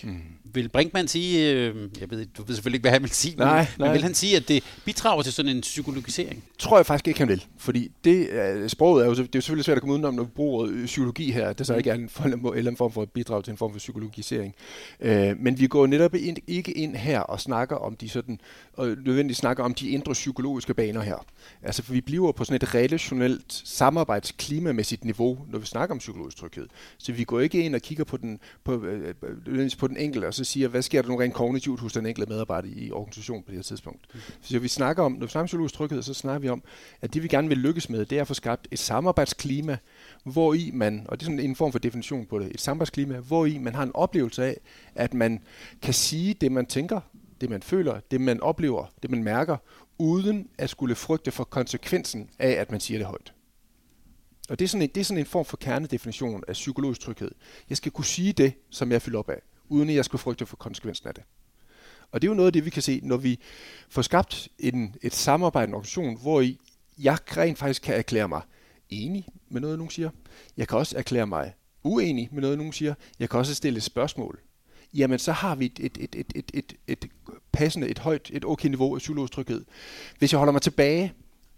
vil Brinkmann sige, øh, jeg ved, du ved selvfølgelig ikke, hvad han vil sige,
nej,
men,
nej.
men vil han sige, at det bidrager til sådan en psykologisering?
Tror jeg faktisk ikke, han vil. Fordi det, uh, sproget er jo, det er jo selvfølgelig svært at komme udenom, når vi bruger psykologi her. Det er så ikke en form, eller en form for et bidrag til en form for psykologisering. Uh, men vi går netop ind, ikke ind her og snakker om de sådan, og nødvendigt snakker om de indre psykologiske baner her. Altså, for vi bliver på sådan et relationelt samarbejdsklimamæssigt niveau, når vi snakker om psykologisk tryghed. Så vi går ikke ind og kigger på den, på, øh, på den enkelte, og så siger, hvad sker der nu rent kognitivt hos den enkelte medarbejder i organisationen på det her tidspunkt. Mm. Så vi snakker om, når vi snakker om psykologisk tryghed, så snakker vi om, at det vi gerne vil lykkes med, det er at få skabt et samarbejdsklima, hvor i man, og det er sådan en form for definition på det, et samarbejdsklima, hvor i man har en oplevelse af, at man kan sige det, man tænker, det man føler, det man oplever, det man mærker, uden at skulle frygte for konsekvensen af, at man siger det højt. Og det er sådan en, det er sådan en form for kernedefinition af psykologisk tryghed. Jeg skal kunne sige det, som jeg fylder op af, uden at jeg skal frygte for konsekvensen af det. Og det er jo noget af det, vi kan se, når vi får skabt en, et samarbejdende organisation, hvor jeg rent faktisk kan erklære mig enig med noget, nogen siger. Jeg kan også erklære mig uenig med noget, nogen siger. Jeg kan også stille spørgsmål. Jamen, så har vi et, et, et, et, et, et, et passende, et højt, et okay niveau af psykologisk tryghed. Hvis jeg holder mig tilbage,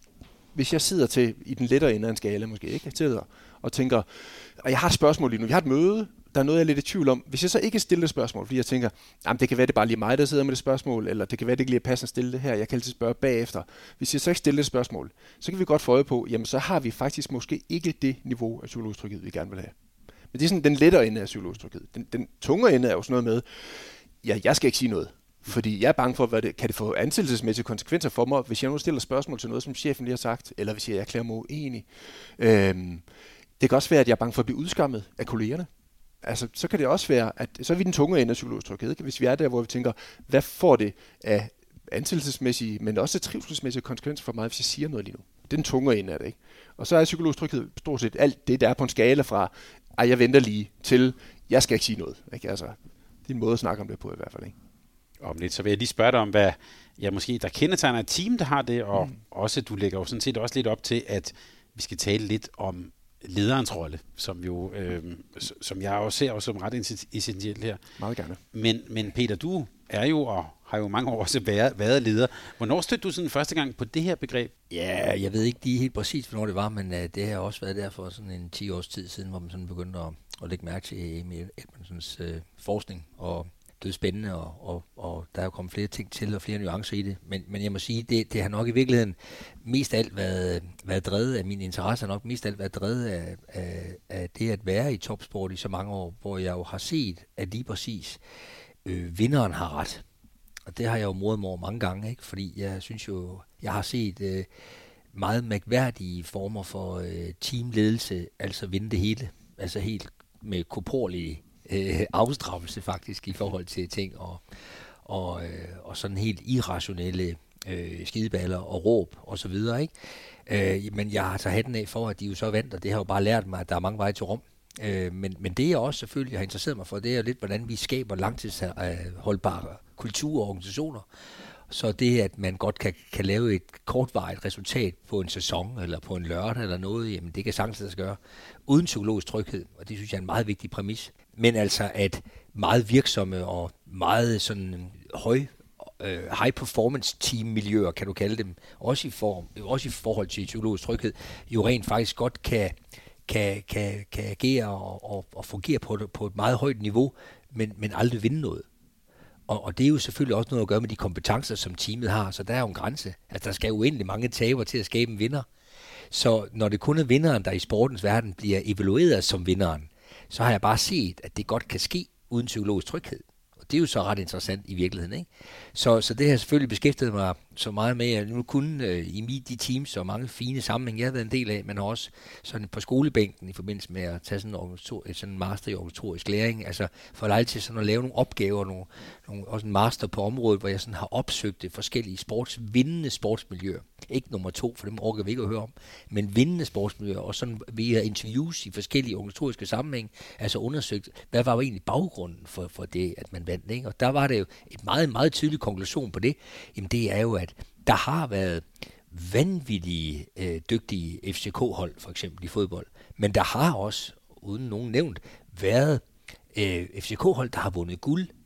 hvis jeg sidder til i den lettere ende af en skala måske, ikke? Jeg sidder og tænker, og jeg har et spørgsmål lige nu, vi har et møde, der er noget, jeg er lidt i tvivl om. Hvis jeg så ikke stiller et spørgsmål, fordi jeg tænker, jamen det kan være, det er bare lige mig, der sidder med det spørgsmål, eller det kan være, det ikke lige er passende at stille det her, jeg kan altid spørge bagefter. Hvis jeg så ikke stiller et spørgsmål, så kan vi godt få øje på, jamen så har vi faktisk måske ikke det niveau af psykologisk tryghed, vi gerne vil have. Men det er sådan den lettere ende af psykologisk tryghed. Den, den tungere ende er jo sådan noget med, ja, jeg skal ikke sige noget. Fordi jeg er bange for, hvad det, kan det få ansættelsesmæssige konsekvenser for mig, hvis jeg nu stiller spørgsmål til noget, som chefen lige har sagt, eller hvis jeg erklærer mig uenig. Øhm, det kan også være, at jeg er bange for at blive udskammet af kollegerne. Altså, så kan det også være, at så er vi den tunge ende af psykologisk tryghed. Hvis vi er der, hvor vi tænker, hvad får det af ansættelsesmæssige, men også trivselsmæssige konsekvenser for mig, hvis jeg siger noget lige nu. Det er den tunge ende af det, ikke? Og så er psykologisk tryghed stort set alt det, der er på en skala fra, ej, jeg venter lige, til, jeg skal ikke sige noget. Ikke? Altså, det er en måde at snakke om det på i hvert fald, ikke?
Om lidt, så vil jeg lige spørge dig om, hvad ja, måske der kendetegner et team, der har det, og mm. også, du lægger jo sådan set også lidt op til, at vi skal tale lidt om lederens rolle, som jo, øh, som jeg også ser også som ret essentielt her.
Meget gerne.
Men, men Peter, du er jo, og har jo mange år også været, været leder. Hvornår stødte du sådan første gang på det her begreb?
Ja, jeg ved ikke lige helt præcis, hvornår det var, men uh, det har også været der for sådan en ti års tid siden, hvor man sådan begyndte at, at lægge mærke til Emil Edmondsons uh, forskning, og det er spændende, og, og, og der er jo kommet flere ting til, og flere nuancer i det. Men, men jeg må sige, det, det har nok i virkeligheden mest af alt været, været drevet af min interesse, har nok mest af alt været drevet af, af, af det at være i topsport i så mange år, hvor jeg jo har set, at lige præcis øh, vinderen har ret. Og det har jeg jo modet mig over mange gange, ikke? Fordi jeg synes jo, jeg har set øh, meget mærkværdige former for øh, teamledelse, altså vinde det hele, altså helt med korporlige øh, afstraffelse faktisk i forhold til ting, og, og, øh, og sådan helt irrationelle øh, skideballer og råb og så videre, ikke? Øh, men jeg har taget hatten af for, at de jo så vandt, og det har jo bare lært mig, at der er mange veje til Rom. Øh, men, men det jeg også selvfølgelig har interesseret mig for, det er jo lidt, hvordan vi skaber langtidsholdbare kulturer og organisationer. Så det, at man godt kan, kan lave et kortvarigt resultat på en sæson, eller på en lørdag eller noget, jamen det kan sagtens lade sig gøre, uden psykologisk tryghed, og det synes jeg er en meget vigtig præmis. Men altså, at meget virksomme og meget sådan høj, øh, high performance team miljøer, kan du kalde dem, også i, form, også i forhold til psykologisk tryghed, jo rent faktisk godt kan Kan, kan, kan agere og, og, og fungere på, det, på et meget højt niveau, men, men aldrig vinde noget. Og, og det er jo selvfølgelig også noget at gøre med de kompetencer, som teamet har, så der er jo en grænse. Altså, der skal jo uendelig mange taber til at skabe en vinder. Så når det kun er vinderen, der i sportens verden bliver evalueret som vinderen, så har jeg bare set, at det godt kan ske uden psykologisk tryghed. Det er jo så ret interessant i virkeligheden, ikke? Så, så det har jeg selvfølgelig beskæftiget mig så meget med, at nu kun øh, i de teams og mange fine sammenhæng, jeg har været en del af, men også sådan på skolebænken i forbindelse med at tage sådan en, sådan en master i organisatorisk læring, altså for lejlighed til sådan at lave nogle opgaver, nogle, nogle, også en master på området, hvor jeg sådan har opsøgt det forskellige sports, vindende sportsmiljøer. Ikke nummer to, for dem orker vi ikke at høre om, men vindende sportsmiljøer, og sådan via interviews i forskellige organisatoriske sammenhæng, altså undersøgt, hvad var egentlig baggrunden for, for det, at man vandt, ikke? Og der var det jo et meget, meget tydelig konklusion på det. Jamen det er jo, at der har været vanvittige, øh, dygtige F C K-hold, for eksempel i fodbold, men der har også, uden nogen nævnt, været øh, F C K-hold, der har vundet guld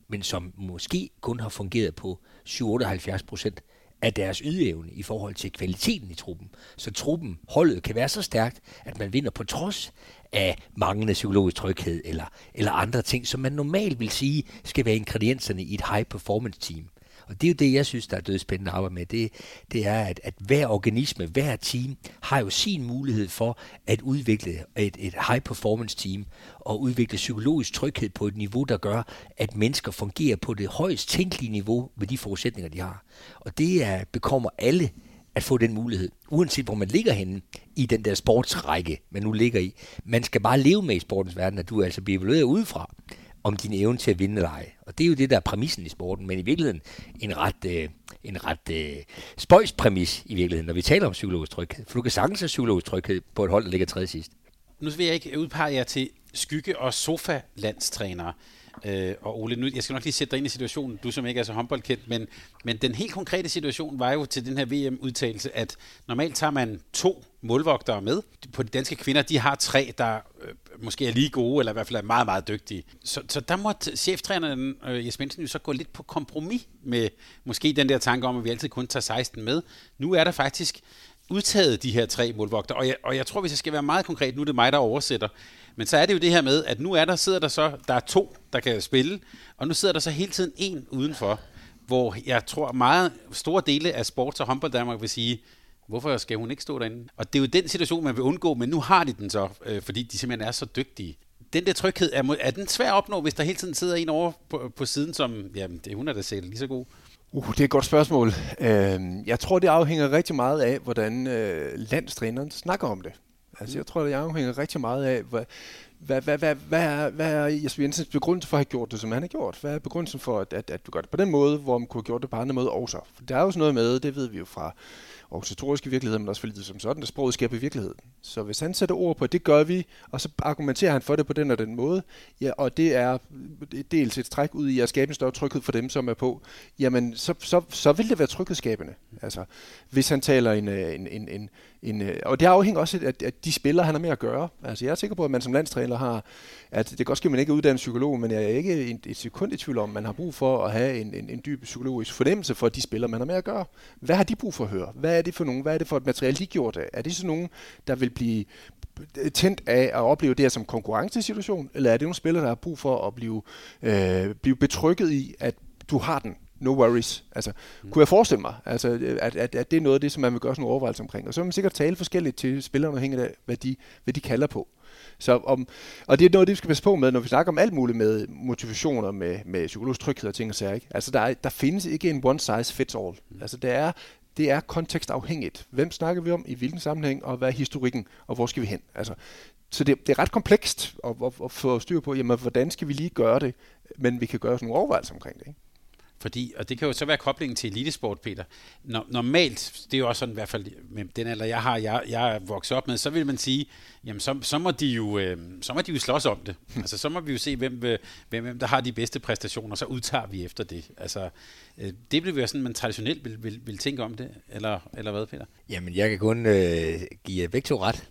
men som måske kun har fungeret på syv til otteoghalvfjerds procent af deres ydeevne i forhold til kvaliteten i truppen. Så truppen, holdet, kan være så stærkt, at man vinder på trods af manglende psykologisk tryghed eller, eller andre ting, som man normalt vil sige, skal være ingredienserne i et high-performance team. Og det er jo det, jeg synes, der er dødspændende at arbejde med. Det, det er, at, at hver organisme, hver team, har jo sin mulighed for at udvikle et, et high-performance team og udvikle psykologisk tryghed på et niveau, der gør, at mennesker fungerer på det højst tænkelige niveau med de forudsætninger, de har. Og det er, bekommer alle at få den mulighed, uanset hvor man ligger henne i den der sportsrække, man nu ligger i. Man skal bare leve med i sportens verden, at du altså bliver evalueret udefra om din evne til at vinde eller ej. Og det er jo det, der er præmissen i sporten, men i virkeligheden en ret, øh, en ret øh, spøjs præmis i virkeligheden, når vi taler om psykologisk tryghed. For du kan sagtens have psykologisk tryghed på et hold, der ligger tredje sidst.
Nu vil jeg ikke udpege jer til skygge- og sofa-landstrænere. Øh, og Ole, nu, jeg skal nok lige sætte dig ind i situationen, du som ikke er så håndboldkendt, men, men den helt konkrete situation var jo til den her V M-udtagelse, at normalt tager man to målvogtere med. På de danske kvinder, de har tre, der øh, måske er lige gode, eller i hvert fald er meget, meget dygtige. Så, så der måtte cheftræneren øh, Jes Mensen jo så gå lidt på kompromis med måske den der tanke om, at vi altid kun tager seksten med. Nu er der faktisk udtaget de her tre målvogter, og jeg, og jeg tror, hvis jeg skal være meget konkret, nu er det mig, der oversætter, men så er det jo det her med, at nu er der, sidder der så, der er to, der kan spille, og nu sidder der så hele tiden en udenfor, hvor jeg tror meget store dele af sports- og håndbold Danmark vil sige, hvorfor skal hun ikke stå derinde? Og det er jo den situation, man vil undgå, men nu har de den så, øh, fordi de simpelthen er så dygtige. Den der tryghed, er, er den svær at opnå, hvis der hele tiden sidder en over på, på siden, som, jamen, det, hun er da selv lige så god?
Uh, det er et godt spørgsmål. Øh, jeg tror, det afhænger rigtig meget af, hvordan øh, landstræneren snakker om det. Altså, jeg tror, det afhænger rigtig meget af, hvad, hvad, hvad, hvad, hvad, er, hvad er Jesper Jensens begrundelse for at have gjort det, som han har gjort? Hvad er begrundelsen for, at, at, at du gør det på den måde, hvor man kunne have gjort det på andre måder også? For der er jo sådan noget med, det ved vi jo fra organisatoriske virkeligheder, men også for lidt som sådan, der sproget skaber virkeligheden. Så hvis han sætter ord på, det gør vi, og så argumenterer han for det på den og den måde, ja, og det er dels et træk ud i at skabe en større tryghed for dem, som er på, jamen så, så, så vil det være tryghedsskabende. Altså, hvis han taler en, en, en, en, en og det afhænger også af, at de spillere, han har med at gøre. Altså, jeg er sikker på, at man som landstræner har, at det kan godt ske, at man ikke er uddannet psykolog, men jeg er ikke et, et sekund i tvivl om, man har brug for at have en, en, en dyb psykologisk fornemmelse for de spillere, man har med at gøre. Hvad har de brug for at høre? Hvad er det for nogen? Hvad er det for et materiale, de gjort af? Er det sådan nogen, der vil blive tændt af at opleve det her som konkurrencesituation, eller er det nogle spillere, der har brug for at blive, øh, blive betrykket i, at du har den? No worries. Altså, mm. kunne jeg forestille mig, altså, at, at, at det er noget af det, som man vil gøre sådan nogle overvejelser omkring. Og så vil man sikkert tale forskelligt til spillerne, afhængigt af, hvad de, hvad de kalder på. Så om, og det er noget af det, vi skal passe på med, når vi snakker om alt muligt med motivationer, med, med psykologisk tryghed og ting og sager. Ikke? Altså, der, er, der findes ikke en one size fits all. Mm. Altså, det er, det er kontekstafhængigt. Hvem snakker vi om, i hvilken sammenhæng, og hvad er historikken, og hvor skal vi hen? Altså, så det, det er ret komplekst at, at, at få styr på, jamen, hvordan skal vi lige gøre det, men vi kan gøre sådan nogle overvejelser omkring det, ikke?
Fordi, og det kan jo så være koblingen til elitesport, Peter. Normalt, det er jo også sådan i hvert fald, med den alder, jeg har, jeg, jeg er vokset op med, så vil man sige, jamen så, så, må de jo, øh, så må de jo slås om det. Altså så må vi jo se, hvem, hvem, hvem der har de bedste præstationer, så udtager vi efter det. Altså, øh, det bliver jo sådan, man traditionelt vil, vil, vil tænke om det, eller, eller hvad, Peter?
Jamen, jeg kan kun øh, give begge to ret.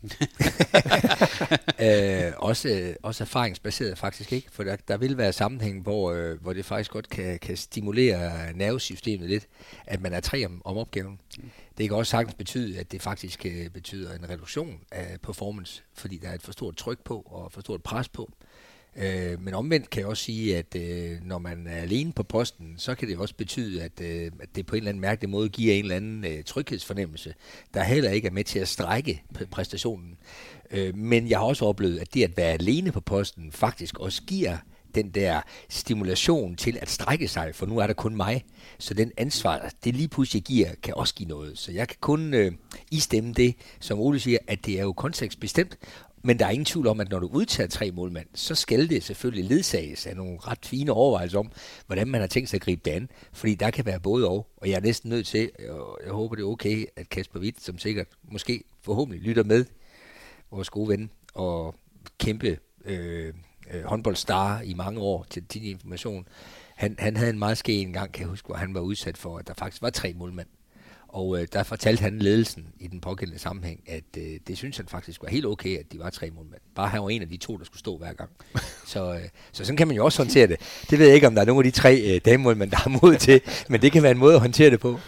øh, også, også erfaringsbaseret faktisk, ikke? For der, der vil være sammenhæng, hvor, øh, hvor det faktisk godt kan, kan stimulere nervesystemet lidt, at man er tre om, om opgaven. Mm. Det kan også sagtens betyde, at det faktisk øh, betyder en reduktion af performance, fordi der er et for stort tryk på og for stort pres på. Øh, men omvendt kan jeg også sige, at øh, når man er alene på posten, så kan det også betyde, at, øh, at det på en eller anden mærkelig måde giver en eller anden øh, tryghedsfornemmelse, der heller ikke er med til at strække præstationen. Øh, men jeg har også oplevet, at det at være alene på posten faktisk også giver den der stimulation til at strække sig, for nu er der kun mig. Så den ansvar, det lige pludselig giver, kan også give noget. Så jeg kan kun øh, istemme det, som Ole siger, at det er jo kontekstbestemt, men der er ingen tvivl om, at når du udtager tre målmænd, så skal det selvfølgelig ledsages af nogle ret fine overvejelser om, hvordan man har tænkt sig at gribe det an. Fordi der kan være både og, og jeg er næsten nødt til, og jeg håber det er okay, at Kasper Hvidt, som sikkert måske forhåbentlig lytter med, vores gode ven, og kæmpe øh, håndboldstar i mange år til din information. Han, han havde en meget ske en gang, kan jeg huske, hvor han var udsat for, at der faktisk var tre målmænd. Og øh, der fortalte han ledelsen i den pågældende sammenhæng, at øh, det synes han faktisk var helt okay, at de var tre målmænd. Bare han var en af de to, der skulle stå hver gang. Så, øh, så sådan kan man jo også håndtere det. Det ved jeg ikke, om der er nogen af de tre øh, damemålmænd, der har mod til, men det kan være en måde at håndtere det på.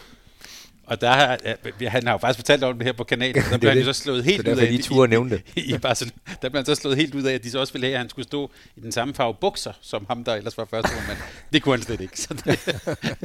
Og der har, ja, han har jo faktisk fortalt om det her på kanalen, der blev han jo så slået helt ud af,
de ture nævnte.
I, i Barcelona, der blev han så slået helt ud af, at de så også ville have, at han skulle stå i den samme farve bukser, som ham, der ellers var første målmand. Det kunne han slet ikke. Så det.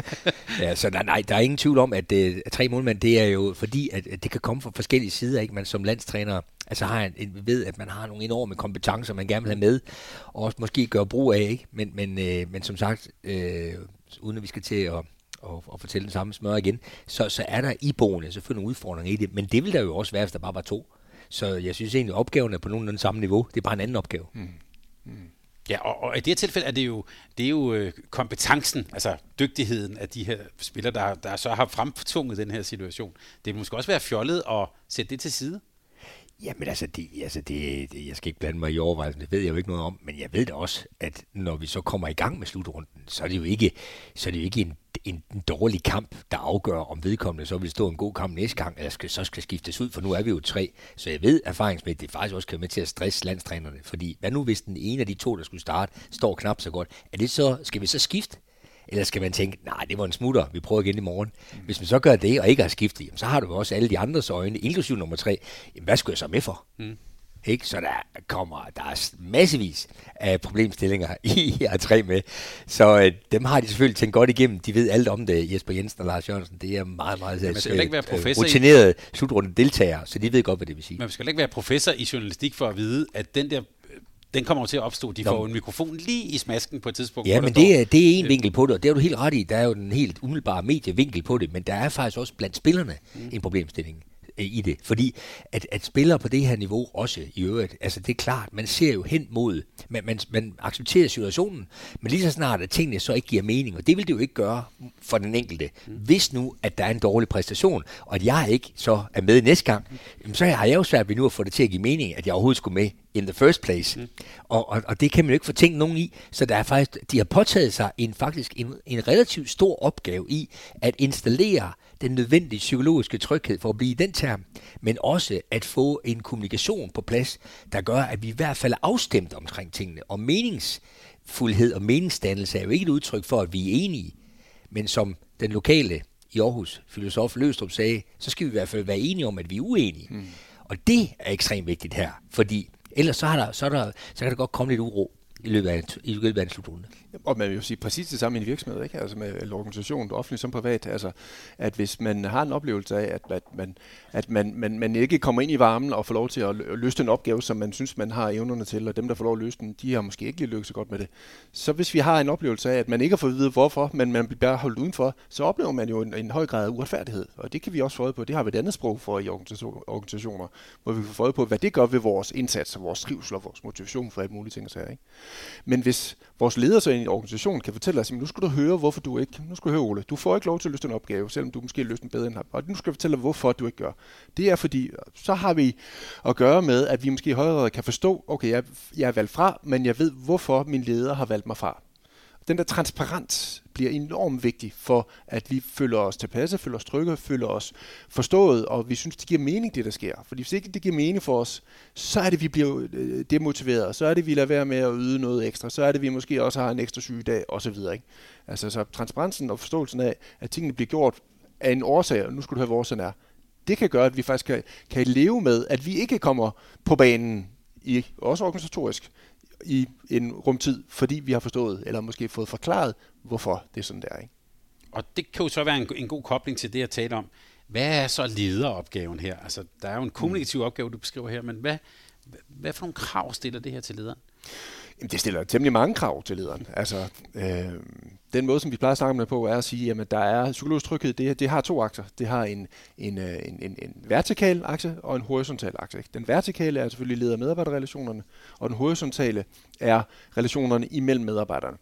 Ja, så der, nej, der er ingen tvivl om, at, at tre målmænd, det er jo fordi, at, at det kan komme fra forskellige sider, ikke? Man som landstræner altså har en, en, ved, at man har nogle enorme kompetencer, man gerne vil have med, og også måske gøre brug af, ikke? Men, men, øh, men som sagt, øh, uden at vi skal til at Og, og fortælle den samme smør igen, så, så er der iboende selvfølgelig nogle udfordringer i det, men det vil der jo også være, hvis der bare var to. Så jeg synes egentlig, at opgaven er på nogenlunde samme niveau. Det er bare en anden opgave. Mm. Mm.
Ja, og, og i det her tilfælde er det jo, det er jo øh, kompetencen, altså dygtigheden af de her spillere, der, der så har fremtvunget den her situation. Det vil måske også være fjollet at sætte det til side.
Jamen altså, det, altså det, det, jeg skal ikke blande mig i overvejelsen, det ved jeg jo ikke noget om, men jeg ved da også, at når vi så kommer i gang med slutrunden, så er det jo ikke, så er det jo ikke en, en, en dårlig kamp, der afgør, om vedkommende så vil stå en god kamp næste gang, eller skal, så skal skiftes ud, for nu er vi jo tre. Så jeg ved erfaringsmæssigt, det faktisk også kan være med til at stresse landstrænerne, fordi hvad nu hvis den ene af de to, der skulle starte, står knap så godt, er det så, skal vi så skifte? Eller skal man tænke, nej, det var en smutter, vi prøver igen i morgen. Mm. Hvis man så gør det, og ikke har skiftet, jamen, så har du jo også alle de andres øjne, inklusive nummer tre. Jamen, hvad skulle jeg så med for? Mm. Ikke? Så der kommer, der er massevis af problemstillinger i at tre med. Så øh, dem har de selvfølgelig tænkt godt igennem. De ved alt om det, Jesper Jensen og Lars Jørgensen. Det er meget, meget øh, rutinerede i... slutrunde deltagere, så de ved godt, hvad det vil sige.
Men man skal ikke være professor i journalistik for at vide, at den der... Den kommer til at opstå. De Nå. får en mikrofon lige i smasken på et tidspunkt.
Ja, men det er, det er en vinkel på det, og det har du helt ret i. Der er jo den helt umiddelbare medievinkel på det, men der er faktisk også blandt spillerne mm. en problemstilling i det. Fordi at, at spillere på det her niveau også i øvrigt, altså det er klart, man ser jo hen mod, man, man, man accepterer situationen, men lige så snart, at tingene så ikke giver mening, og det vil det jo ikke gøre for den enkelte. Mm. Hvis nu, at der er en dårlig præstation, og at jeg ikke så er med næste gang, så har jeg jo svært ved nu at få det til at give mening, at jeg overhovedet skulle med in the first place. Mm. Og, og, og det kan man jo ikke få tænkt nogen i, så der er faktisk, de har påtaget sig en, faktisk en, en relativt stor opgave i at installere den nødvendige psykologiske tryghed for at blive i den term, men også at få en kommunikation på plads, der gør, at vi i hvert fald er afstemt omkring tingene. Og meningsfuldhed og meningsdannelse er jo ikke et udtryk for, at vi er enige, men som den lokale i Aarhus, filosof Løgstrup sagde, så skal vi i hvert fald være enige om, at vi er uenige. Mm. Og det er ekstremt vigtigt her, fordi ellers så, har der, så, er der, så kan der godt komme lidt uro i løbet af en, i løbet af en slutrunde.
Og man vil jo sige præcis det samme i en virksomhed, ikke? Altså med en organisation, offentlig som privat, altså at hvis man har en oplevelse af, at, at, man, at man, man, man ikke kommer ind i varmen og får lov til at løse en opgave, som man synes, man har evnerne til, og dem, der får lov at løse den, de har måske ikke lige lykkedes så godt med det. Så hvis vi har en oplevelse af, at man ikke har fået at vide hvorfor, men man bliver holdt udenfor, så oplever man jo en, en høj grad af uretfærdighed. Og det kan vi også få øje på. Det har vi et andet sprog for i organisationer, hvor vi får få øje på, hvad det gør ved vores indsats, og vores trivsel og vores motivation for alt muligt ting. Så her, ikke? Men hvis vores ledere så i en organisation kan fortælle os, nu skal du høre, hvorfor du ikke, nu skal du høre, Ole, du får ikke lov til at løse en opgave, selvom du måske løser den bedre end ham. Og nu skal jeg fortælle dig, hvorfor du ikke gør. Det er fordi, så har vi at gøre med, at vi måske i højere grad kan forstå, okay, jeg, jeg er valgt fra, men jeg ved, hvorfor min leder har valgt mig fra. Den der transparens bliver enormt vigtig for, at vi føler os tilpasse, føler os trygge, føler os forstået, og vi synes, det giver mening, det der sker. Fordi hvis ikke det giver mening for os, så er det, vi bliver demotiveret, så er det, vi lader være med at yde noget ekstra, så er det, vi måske også har en ekstra sygedag, osv. Altså, så transparensen og forståelsen af, at tingene bliver gjort af en årsag, og nu skal du høre, hvor årsagen er, det kan gøre, at vi faktisk kan, kan leve med, at vi ikke kommer på banen, i, også organisatorisk, i en rumtid, fordi vi har forstået, eller måske fået forklaret, hvorfor det er sådan der, ikke?
Og det kan jo så være en, en god kobling til det, at tale om. Hvad er så lederopgaven her? Altså, der er jo en kommunikativ mm. opgave, du beskriver her, men hvad, hvad for nogle krav stiller det her til lederen?
Jamen, det stiller temmelig mange krav til lederen. Altså, øh, den måde, som vi plejer at snakke med på, er at sige, at der er psykologisk tryghed, det, det har to akser. Det har en, en, en, en, en vertikal akse og en horisontal akse. Ikke? Den vertikale er selvfølgelig leder- og medarbejderrelationerne, og den horisontale er relationerne imellem medarbejderne.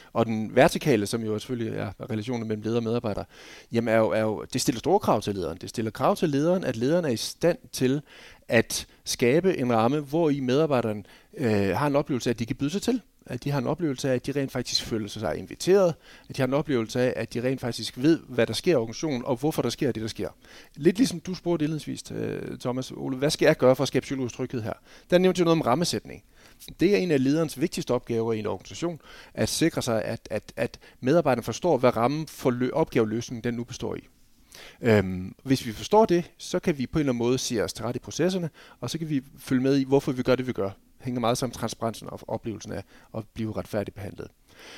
Og den vertikale, som jo selvfølgelig er relationen mellem leder og medarbejder, jamen er jo, er jo, det stiller store krav til lederen. Det stiller krav til lederen, at lederen er i stand til at skabe en ramme, hvor i medarbejderen øh, har en oplevelse af, at de kan byde sig til. At de har en oplevelse af, at de rent faktisk føler sig inviteret. At de har en oplevelse af, at de rent faktisk ved, hvad der sker i organisationen, og hvorfor der sker det, der sker. Lidt ligesom du spurgte indledningsvis, Thomas Ole, hvad skal jeg gøre for at skabe psykologisk tryghed her? Der nævnte jo noget om rammesætning. Det er en af lederens vigtigste opgaver i en organisation, at sikre sig, at, at, at medarbejderne forstår, hvad rammen for lø- opgaveløsningen den nu består i. Øhm, hvis vi forstår det, så kan vi på en eller anden måde se os til ret i processerne, og så kan vi følge med i, hvorfor vi gør det, vi gør. Hænger meget sammen med transparensen og oplevelsen af at blive retfærdigt behandlet.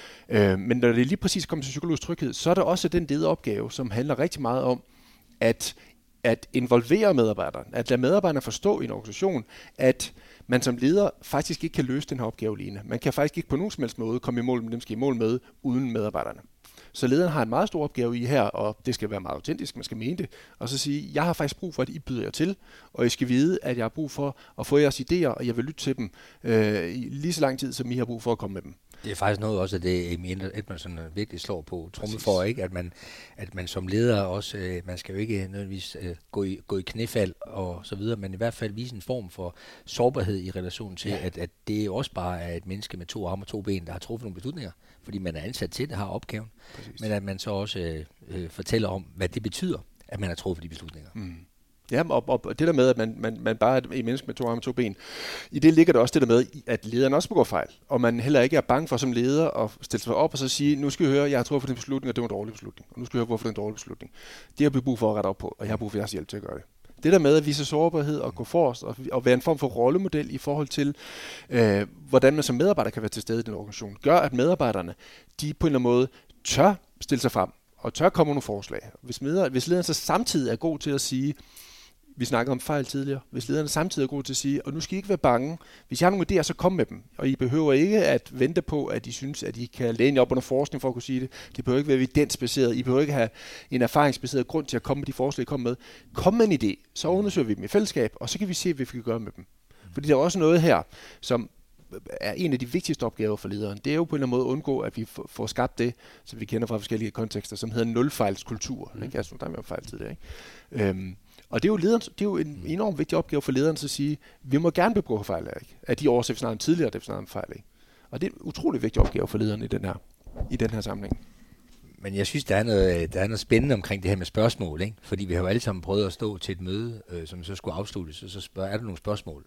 Øh, men når det lige præcis kommer til psykologisk tryghed, så er der også den lederopgave, som handler rigtig meget om at, at involvere medarbejderne, at lade medarbejderne forstå i en organisation, at man som leder faktisk ikke kan løse den her opgave alene. Man kan faktisk ikke på nogen som helst måde komme i mål med dem, skal i mål med uden medarbejderne. Så lederen har en meget stor opgave i her, og det skal være meget autentisk, man skal mene det, og så sige, jeg har faktisk brug for, at I byder jer til, og I skal vide, at jeg har brug for at få jeres idéer, og jeg vil lytte til dem øh, i lige så lang tid, som I har brug for at komme med dem.
Det er faktisk noget også, at det Edmondson virkelig slår på tromme for, ikke? At man, at man som leder også, øh, man skal jo ikke nødvendigvis øh, gå, i, gå i knæfald og så videre, men i hvert fald vise en form for sårbarhed i relation til, ja. at, at det jo også bare er et menneske med to arme og to ben, der har truffet nogle beslutninger, fordi man er ansat til det, har opgaven, præcis. Men at man så også øh, øh, fortæller om, hvad det betyder, at man har truffet de beslutninger. Mm.
Ja, og, og det der med, at man, man, man bare er et menneske med to arme og to ben, i det ligger der også det der med, at lederen også begår fejl, og man heller ikke er bange for som leder at stille sig op og så sige, nu skal vi høre, jeg har truffet den beslutning, og det var en dårlig beslutning, og nu skal vi høre, hvorfor det er en dårlig beslutning. Det har vi brug for at rette op på, og jeg har brug for jeres hjælp til at gøre det. Det der med at vise sårbarhed og gå forrest og, og være en form for rollemodel i forhold til, øh, hvordan man som medarbejder kan være til stede i den organisation, gør, at medarbejderne, de på en eller anden måde tør stille sig frem, og tør komme nogle forslag. Hvis, medar- hvis lederen så samtidig er god til at sige, vi snakkede om fejl tidligere, hvis lederne samtidig er gode til at sige, og nu skal I ikke være bange, hvis I har nogle idéer, så kom med dem, og I behøver ikke at vente på, at I synes, at I kan læne op under forskning for at kunne sige det, det behøver ikke være evidensbaseret, I behøver ikke have en erfaringsbaseret grund til at komme med de forslag, I kommer med. Kom med en idé, så undersøger vi dem i fællesskab, og så kan vi se, hvad vi kan gøre med dem. Fordi der er også noget her, som er en af de vigtigste opgaver for lederen. Det er jo på en eller anden måde at undgå, at vi får skabt det, som vi kender fra forskellige kontekster, som hedder nulfejlskultur. Mm. Altså, der er jo fejl tidligere, ikke? Øhm, Og det er jo, lederen, det er jo en enormt vigtig opgave for lederen at sige, vi må gerne begå fejl af, ikke? Af de årsager, vi snakker om tidligere, det vi snakker om fejl af. Og det er en utrolig vigtig opgave for lederen i den her, i den her sammenhæng.
Men jeg synes, der er, noget, der er noget spændende omkring det her med spørgsmål, ikke? Fordi vi har jo alle sammen prøvet at stå til et møde, øh, som så skulle afsluttes, og så spørger, er der nogle spørgsmål?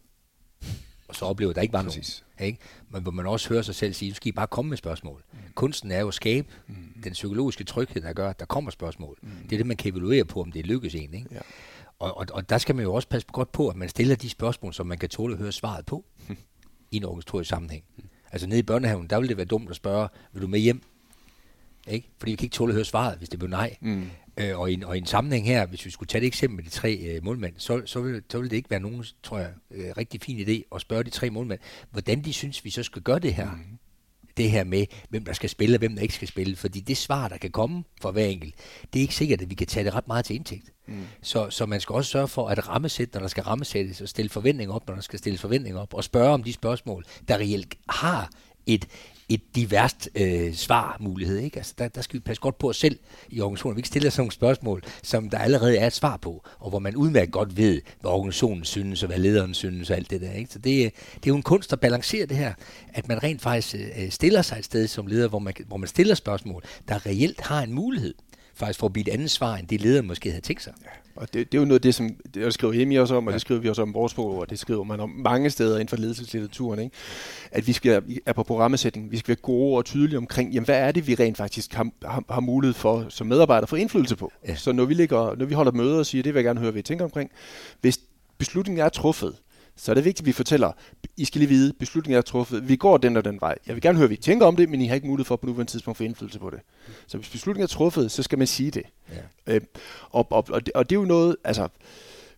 Og så oplever der ikke bare nogen. Ikke? Men hvor man også hører sig selv sige, nu skal I bare komme med spørgsmål. Mm. Kunsten er jo at skabe mm. den psykologiske tryghed, der gør, at der kommer spørgsmål. Mm. Det er det, man kan evaluere på, om det lykkes en. Ikke? Ja. Og, og, og der skal man jo også passe godt på, at man stiller de spørgsmål, som man kan tåle at høre svaret på mm. i en organisatorisk sammenhæng. Mm. Altså nede i børnehaven, der ville det være dumt at spørge, vil du med hjem? Ikke? Fordi vi kan ikke tåle at høre svaret, hvis det blev nej. Mm. Øh, og, i en, og i en sammenhæng her, hvis vi skulle tage det eksempel med de tre øh, målmænd, så, så, ville, så ville det ikke være nogen, tror jeg, øh, rigtig fin idé at spørge de tre målmænd, hvordan de synes, vi så skal gøre det her. Mm. Det her med, hvem der skal spille og hvem der ikke skal spille. Fordi det svar, der kan komme fra hver enkelt, det er ikke sikkert, at vi kan tage det ret meget til indtægt. Mm. Så, så man skal også sørge for at rammesætte, når der skal rammesættes, og stille forventninger op, når der skal stilles forventninger op, og spørge om de spørgsmål, der reelt har et et diverst øh, svarmulighed, ikke? Altså, der, der skal vi passe godt på os selv i organisationen. Vi ikke stiller sådan nogle spørgsmål, som der allerede er et svar på, og hvor man udmærket godt ved, hvad organisationen synes, og hvad lederen synes, og alt det der, ikke? Så det, det er jo en kunst at balancere det her, at man rent faktisk øh, stiller sig et sted som leder, hvor man, hvor man stiller spørgsmål, der reelt har en mulighed faktisk for at blive et andet svar, end det lederen måske havde tænkt sig. Ja,
og det, det er jo noget af det, som det skriver hjemme i os om, og ja. Det skriver vi også om vores bog, og det skriver man om mange steder inden for ledelseslitteraturen, ikke? At vi skal, er på programmæssætning, vi skal være gode og tydelige omkring, jamen hvad er det, vi rent faktisk har, har, har mulighed for som medarbejdere for indflydelse på. Ja. Så når vi, ligger, når vi holder møder og siger, det vil jeg gerne høre, hvad I tænker omkring, hvis beslutningen er truffet, så er det vigtigt, at vi fortæller, I skal lige vide, beslutningen er truffet, vi går den og den vej. Jeg vil gerne høre, hvad I tænker om det, men I har ikke mulighed for på nuværende tidspunkt for indflydelse på det. Så hvis beslutningen er truffet, så skal man sige det. Ja. Øh, og, og, og, det og det er jo noget, altså,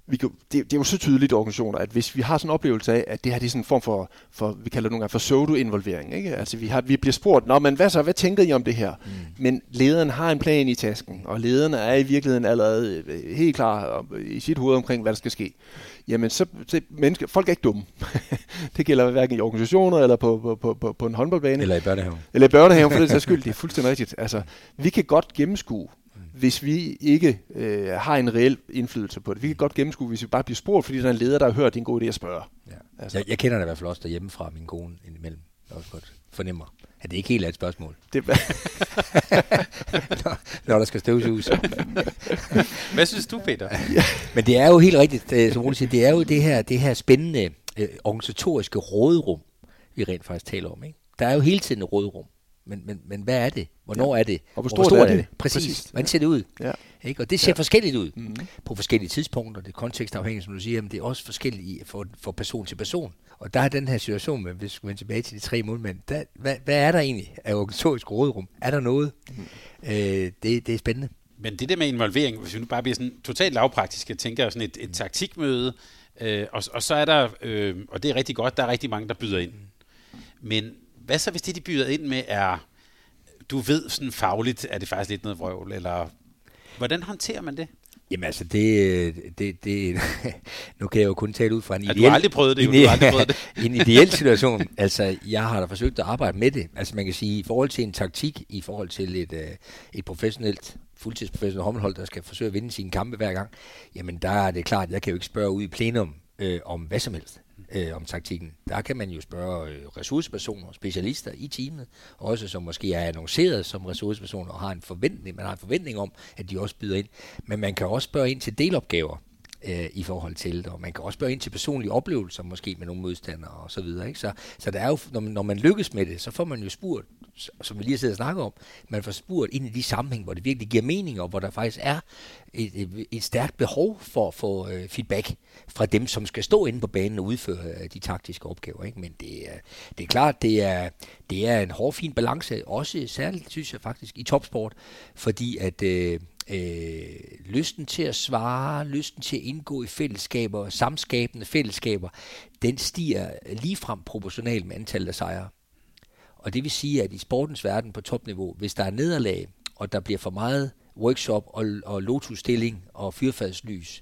vi kan, det, det er jo så tydeligt i organisationer, at hvis vi har sådan en oplevelse af, at det her det er sådan en form for, for vi kalder det nogle gange for pseudo-involvering, ikke? Altså vi, har, vi bliver spurgt, nå, men hvad så, hvad tænker I om det her? Mm. Men lederen har en plan i tasken, og lederen er i virkeligheden allerede helt klar i sit hoved omkring, hvad der skal ske. Jamen, så, så mennesker, folk er ikke dumme. Det gælder hverken i organisationer, eller på, på, på, på, på en håndboldbane.
Eller i børnehaven.
Eller i børnehaven, for det er skyld. Det er fuldstændig rigtigt. Altså, vi kan godt gennemskue, hvis vi ikke øh, har en reel indflydelse på det. Vi kan godt gennemskue, hvis vi bare bliver spurgt, fordi der er en leder, der har hørt, det er en god idé at spørge. Ja.
Altså. Jeg, jeg kender det i hvert fald også derhjemme fra min kone indimellem. Jeg også godt fornemmer, at det ikke helt er et spørgsmål. Det når, når der skal støvsuges.
Hvad synes du, Peter?
Men det er jo helt rigtigt, som Ole siger, det er jo det her, det her spændende øh, organisatoriske råderum, vi rent faktisk taler om. Ikke? Der er jo hele tiden et råderum. Men, men, men hvad er det? Hvornår ja. er det?
Og hvor stort, hvor stort er, er det?
Præcis. Præcis. Hvordan ser det ud? Ja. Ikke? Og det ser ja. forskelligt ud mm-hmm. på forskellige tidspunkter. Det er kontekstafhængigt, som du siger, men det er også forskelligt for, for person til person. Og der er den her situation, med, hvis vi skal vende tilbage til de tre målmænd, der, hvad, hvad er der egentlig af organisatorisk råderum? Er der noget? Mm. Øh, det, det er spændende.
Men det der med involvering, hvis vi nu bare bliver sådan totalt lavpraktisk, jeg tænker sådan et, et taktikmøde, øh, og, og så er der, øh, og det er rigtig godt, der er rigtig mange, der byder ind. Men hvad så, hvis det, de byder ind med, er, du ved sådan fagligt, er det faktisk lidt noget vrøvl, eller hvordan håndterer man det?
Jamen altså, det, det, det nu kan jeg jo kun tale ud fra en
ideel...
Ja,
du har aldrig prøvet det, jo, du har aldrig prøvet det.
En ideel situation, altså jeg har da forsøgt at arbejde med det, altså man kan sige, i forhold til en taktik, i forhold til et, et professionelt, fuldtidsprofessionelt håndboldhold, der skal forsøge at vinde sine kampe hver gang, jamen der er det klart, jeg kan jo ikke spørge ud i plenum øh, om hvad som helst. Øh, om taktikken. Der kan man jo spørge øh, ressourcepersoner, specialister i teamet, også som måske er annonceret som ressourcepersoner og har en forventning, man har en forventning om, at de også byder ind. Men man kan også spørge ind til delopgaver øh, i forhold til det, og man kan også spørge ind til personlige oplevelser, måske med nogle modstandere og så videre. Ikke? Så, så der er jo, når man, når man lykkes med det, så får man jo spurgt, som vi lige har siddet og snakket om, man får spurgt ind i de sammenhæng, hvor det virkelig giver mening, og hvor der faktisk er et, et, et stærkt behov for at få øh, feedback fra dem, som skal stå inde på banen og udføre øh, de taktiske opgaver. Ikke? Men det er, det er klart, det er, det er en hårfin balance, også særligt, synes jeg faktisk, i topsport, fordi at øh, øh, lysten til at svare, lysten til at indgå i fællesskaber, samskabende fællesskaber, den stiger ligefrem proportionalt med antallet af sejre. Og det vil sige, at i sportens verden på topniveau, hvis der er nederlag, og der bliver for meget workshop og, og lotusstilling og fyrfadslys,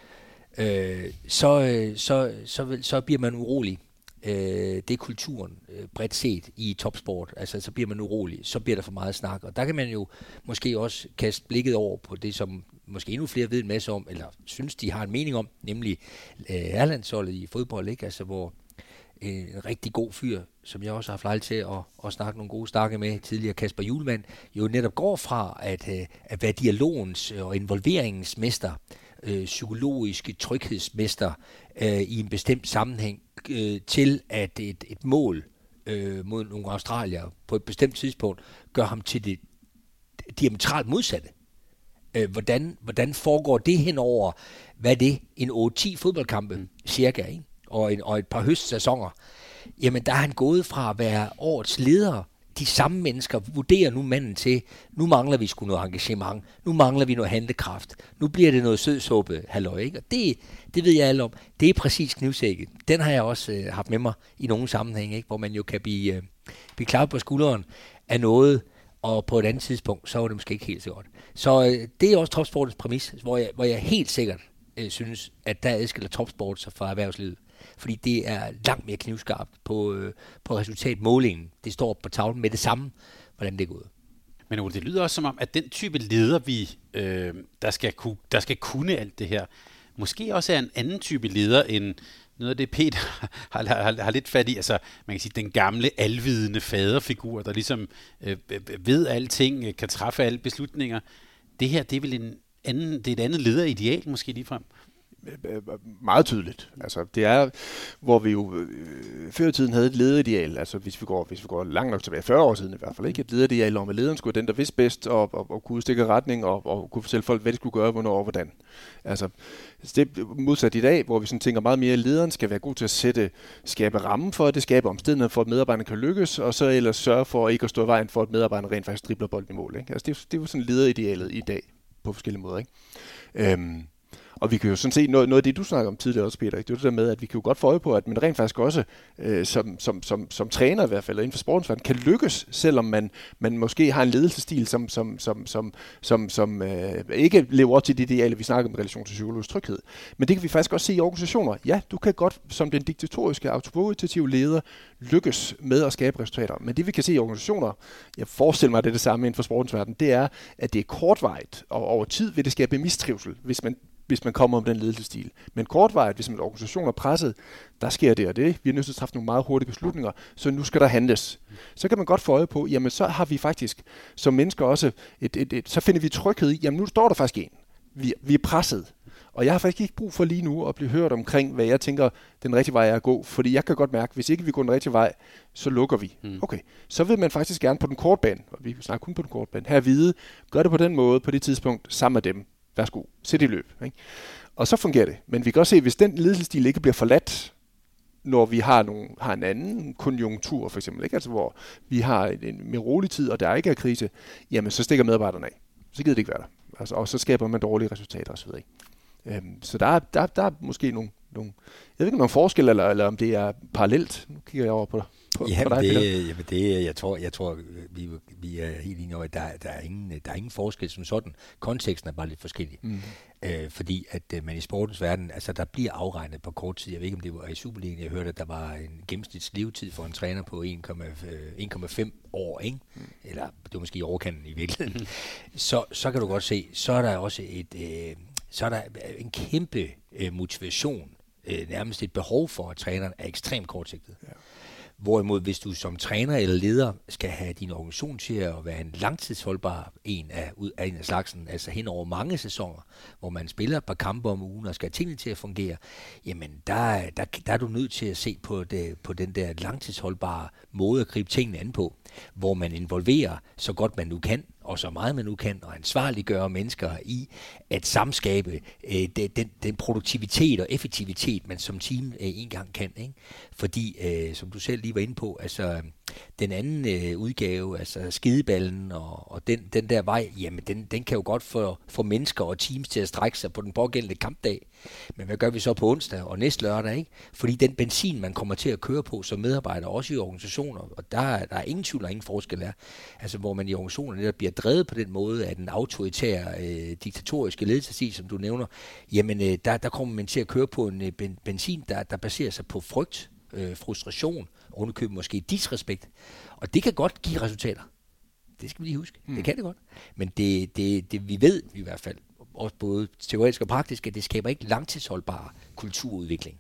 øh, så, så, så, så bliver man urolig. Øh, det er kulturen øh, bredt set i topsport. Altså, så bliver man urolig. Så bliver der for meget snak. Og der kan man jo måske også kaste blikket over på det, som måske endnu flere ved en masse om, eller synes, de har en mening om, nemlig øh, herrelandsholdet i fodbold, ikke? Altså, hvor en rigtig god fyr, som jeg også har haft lejlighed til at, at snakke nogle gode snakke med tidligere, Kasper Hjulmand, jo netop går fra at, at være dialogens og involveringens mester, øh, psykologiske tryghedsmester øh, i en bestemt sammenhæng, øh, til at et, et mål øh, mod nogle australier på et bestemt tidspunkt gør ham til det diametralt modsatte. Øh, hvordan, hvordan foregår det hen over, hvad er det, en otte ti fodboldkampe, mm. cirka, ikke? Og, en, og et par høstsæsoner, jamen der er han gået fra at være årets leder. De samme mennesker vurderer nu manden til, nu mangler vi sgu noget engagement, nu mangler vi noget handlekraft, nu bliver det noget sødsuppe, halløj, ikke? Og det, det ved jeg alle om. Det er præcis knivsækket. Den har jeg også øh, haft med mig i nogle sammenhænge, ikke? Hvor man jo kan blive, øh, blive klappet på skulderen af noget, og på et andet tidspunkt, så var det måske ikke helt så godt. Så øh, det er også topsportens præmis, hvor jeg, hvor jeg helt sikkert øh, synes, at der adskiller topsport sig fra erhvervslivet. Fordi det er langt mere knivskarpt på, øh, på resultatmålingen. Det står på tavlen med det samme, hvordan det er gået.
Men Ole, det lyder også som om, at den type leder, vi, øh, der, skal kunne, der skal kunne alt det her, måske også er en anden type leder end noget af det, Peter har, har, har lidt fat i. Altså, man kan sige, den gamle, alvidende faderfigur, der ligesom øh, ved alting, kan træffe alle beslutninger. Det her, det er vel en anden, det er et andet lederideal, måske ligefrem.
Meget tydeligt. Altså, det er, hvor vi jo øh, før i tiden havde et lederideal, altså hvis vi går, hvis vi går langt nok tilbage, fyrre år siden i hvert fald, ikke? Et lederideal om, at lederen skulle den, der vidste bedst, og, og, og kunne udstikke retning, og, og kunne fortælle folk, hvad de skulle gøre, hvornår og hvordan. Altså, det er modsat i dag, hvor vi sådan tænker meget mere, at lederen skal være god til at sætte, skabe rammen for det, skabe omstændigheder for, at medarbejderne kan lykkes, og så ellers sørge for ikke at stå i vejen for, at medarbejderne rent faktisk dribler bolden i mål. Ikke? Altså, det, det er jo sådan lederidealet i dag, på forskellige måder. Ikke? Øhm, Og vi kan jo sådan se noget, noget af det, du snakker om tidligere også, Peter, ikke? Det er det der med, at vi kan jo godt få øje på, at man rent faktisk også, øh, som, som, som, som træner i hvert fald, inden for sportens verden, kan lykkes, selvom man, man måske har en ledelsesstil, som, som, som, som, som, som øh, ikke lever op til det ideale, vi snakker om i relation til psykologisk tryghed. Men det kan vi faktisk også se i organisationer. Ja, du kan godt som den diktatoriske, autoritative leder lykkes med at skabe resultater. Men det vi kan se i organisationer, jeg forestiller mig, at det er det samme inden for sportens verden, det er, at det er kortvarigt, og over tid vil det skabe mistrivsel, hvis man, hvis man kommer om den ledelsesstil. Men kortvarigt, hvis en organisation er presset, der sker det og det. Vi er nødt til at træffe nogle meget hurtige beslutninger, så nu skal der handles. Så kan man godt få øje på, jamen så har vi faktisk som mennesker også, et, et, et, så finder vi tryghed i, jamen nu står der faktisk en. Vi, vi er presset. Og jeg har faktisk ikke brug for lige nu at blive hørt omkring, hvad jeg tænker, den rigtige vej er at gå. Fordi jeg kan godt mærke, at hvis ikke vi går den rigtige vej, så lukker vi. Mm. Okay, så vil man faktisk gerne på den korte bane, og vi snakker kun på den korte bane, her vide, gør det på den måde, på det tidspunkt, sammen med dem. Værsgo, sæt i løb. Ikke? Og så fungerer det. Men vi kan også se, hvis den ledelsesstil ikke bliver forladt, når vi har, nogle, har en anden konjunktur, for eksempel, ikke? Altså, hvor vi har en, en mere rolig tid, og der ikke er krise, jamen så stikker medarbejderne af. Så gider det ikke være der. Altså, og så skaber man dårlige resultater osv. Øhm, så der er, der, der er måske nogle, nogle, jeg ved ikke om nogle forskel, eller, eller om det er parallelt. Nu kigger jeg over på dig. På,
jamen,
på dig,
det, jamen det, jeg tror, jeg tror vi, vi er helt enige over, at der, der, er ingen, der er ingen forskel som sådan. Konteksten er bare lidt forskellig. Mm. Øh, fordi at øh, man i sportens verden, altså der bliver afregnet på kort tid. Jeg ved ikke, om det var i Superligaen, jeg hørte, at der var en gennemsnitslevetid for en træner på en komma fem år, ikke? Mm. Eller det var måske i overkanten i virkeligheden. Mm. Så, så kan du godt se, så er der også et, øh, så er der en kæmpe øh, motivation, øh, nærmest et behov for, at træneren er ekstremt kortsigtet. Ja. Hvorimod, hvis du som træner eller leder skal have din organisation til at være en langtidsholdbar en af, af en af slagsen, altså hen over mange sæsoner, hvor man spiller et par kampe om ugen og skal have tingene til at fungere, jamen der, der, der er du nødt til at se på, det, på den der langtidsholdbare måde at gribe tingene an på, hvor man involverer så godt man nu kan, og så meget man nu kan, og ansvarliggøre mennesker i at samskabe øh, den, den produktivitet og effektivitet, man som team øh, engang kan. Ikke? Fordi, øh, som du selv lige var inde på, altså den anden øh, udgave, altså skideballen og, og den, den der vej, jamen den, den kan jo godt få, få mennesker og teams til at strække sig på den pågældende kampdag. Men hvad gør vi så på onsdag og næste lørdag? Ikke? Fordi den benzin, man kommer til at køre på som medarbejder, også i organisationer, og der, der er ingen tvivl og ingen forskel er, altså hvor man i organisationer der bliver drevet på den måde af den autoritære, øh, diktatoriske ledelsesstil, som du nævner, jamen øh, der, der kommer man til at køre på en øh, ben, benzin, der, der baserer sig på frygt, øh, frustration, ovenikøbet måske disrespekt. Og det kan godt give resultater. Det skal vi lige huske. Mm. Det kan det godt. Men det, det, det vi ved i hvert fald, også både teoretisk og praktisk, at det skaber ikke langtidsholdbar kulturudvikling.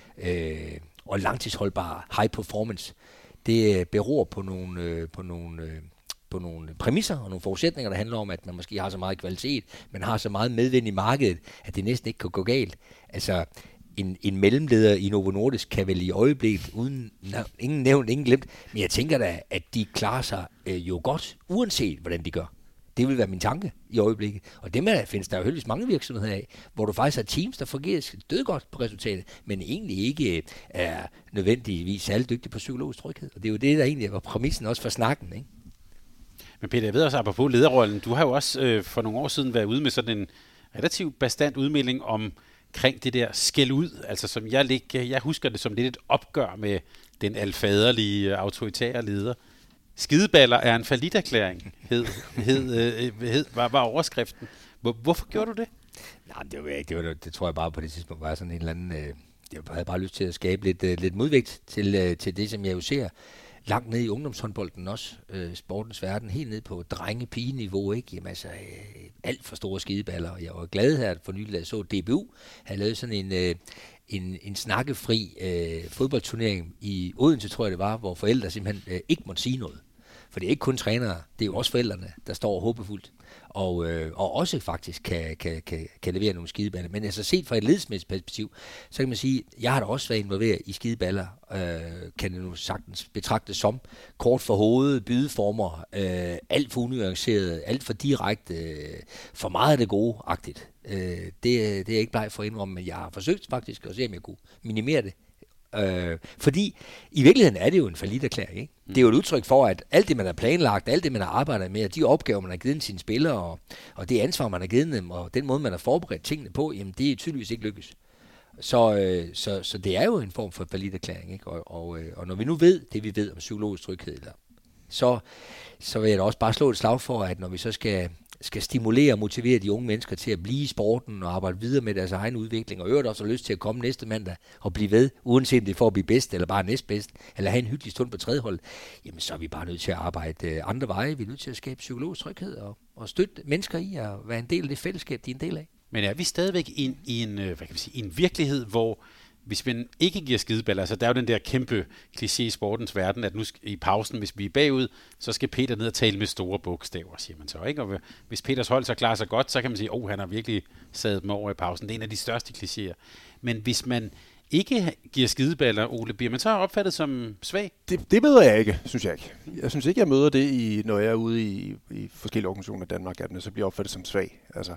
Øh, og langtidsholdbar high performance. Det beror på nogle, øh, på nogle øh, på nogle præmisser og nogle forudsætninger, der handler om, at man måske har så meget kvalitet, man har så meget medvind i markedet, at det næsten ikke kan gå galt. Altså, en, en mellemleder i Novo Nordisk kan vel i øjeblikket, uden ingen nævnt, ingen glemt, men jeg tænker da, at de klarer sig øh, jo godt, uanset hvordan de gør. Det vil være min tanke i øjeblikket. Og det med, findes der jo heldigvis mange virksomheder af, hvor du faktisk har teams, der fungerer dødgodt på resultatet, men egentlig ikke er nødvendigvis særlig dygtige på psykologisk tryghed. Og det er jo det, der egentlig var præmissen også for snakken, ikke?
Men Peter, jeg ved også, apropos lederrollen, du har jo også øh, for nogle år siden været ude med sådan en relativt bastant udmelding omkring det der skæld ud, altså som jeg, lig, jeg husker det som lidt et opgør med den alfaderlige, autoritære leder. Skideballer er en falliterklæring, hed, hed, øh, hed, var, var overskriften. Hvor, hvorfor gjorde du det?
Nej, det var ikke. Det, var, det tror jeg bare på det tidspunkt var sådan en eller anden. Øh, jeg havde bare lyst til at skabe lidt, øh, lidt modvægt til, øh, til det, som jeg jo ser langt ned i ungdomshåndbolden også, øh, sportens verden, helt ned på drenge-pige-niveau, ikke? Jamen altså, øh, alt for store skideballer. Jeg var glad her, at for nylig, jeg så D B U, havde lavet sådan en, øh, en, en snakkefri øh, fodboldturnering i Odense, tror jeg det var, hvor forældre simpelthen øh, ikke måtte sige noget. For det er ikke kun trænere, det er jo også forældrene, der står håbefuldt, og, øh, og også faktisk kan, kan, kan, kan levere nogle skideballer. Men altså set fra et ledelsesmæssigt perspektiv, så kan man sige, jeg har da også været involveret i skideballer, øh, kan det nu sagtens betragtes som kort for hovedet, bydeformer, øh, alt for unuanceret, alt for direkte, øh, for meget af det gode-agtigt. Øh, det, det er jeg ikke bleg for at indrømme, men jeg har forsøgt faktisk at se, om jeg kunne minimere det, Øh, fordi i virkeligheden er det jo en falliterklæring, ikke? Mm. Det er jo et udtryk for, at alt det, man har planlagt, alt det, man har arbejdet med, og de opgaver, man har givet sine spillere, og, og det ansvar, man har givet dem, og den måde, man har forberedt tingene på, jamen det er tydeligvis ikke lykkes. Så, øh, så, så det er jo en form for falliterklæring, ikke? Og, og, øh, og når vi nu ved det, vi ved om psykologisk tryghed, eller, så, så vil jeg da også bare slå et slag for, at når vi så skal... skal stimulere og motivere de unge mennesker til at blive i sporten og arbejde videre med deres egen udvikling, og øvrigt også har lyst til at komme næste mandag og blive ved, uanset om det er for at blive bedst eller bare næstbedst, eller have en hyggelig stund på tredje hold, jamen så er vi bare nødt til at arbejde andre veje. Vi er nødt til at skabe psykologisk tryghed og, og støtte mennesker i at være en del af det fællesskab, de er en del af.
Men er vi stadigvæk i en, i en, hvad kan vi sige, en virkelighed, hvor hvis man ikke giver skideballer, altså der er jo den der kæmpe kliché i sportens verden, at nu i pausen, hvis vi er bagud, så skal Peter ned og tale med store bogstaver, siger man så, ikke? Og hvis Peters hold så klarer sig godt, så kan man sige, åh, oh, han har virkelig sadet dem over i pausen. Det er en af de største klichéer. Men hvis man ikke giver skideballer, Ole, bliver man så opfattet som svag?
Det, det møder jeg ikke, synes jeg ikke. Jeg synes ikke, jeg møder det, i, når jeg er ude i, i forskellige organisationer i Danmark, at så bliver jeg opfattet som svag. Altså,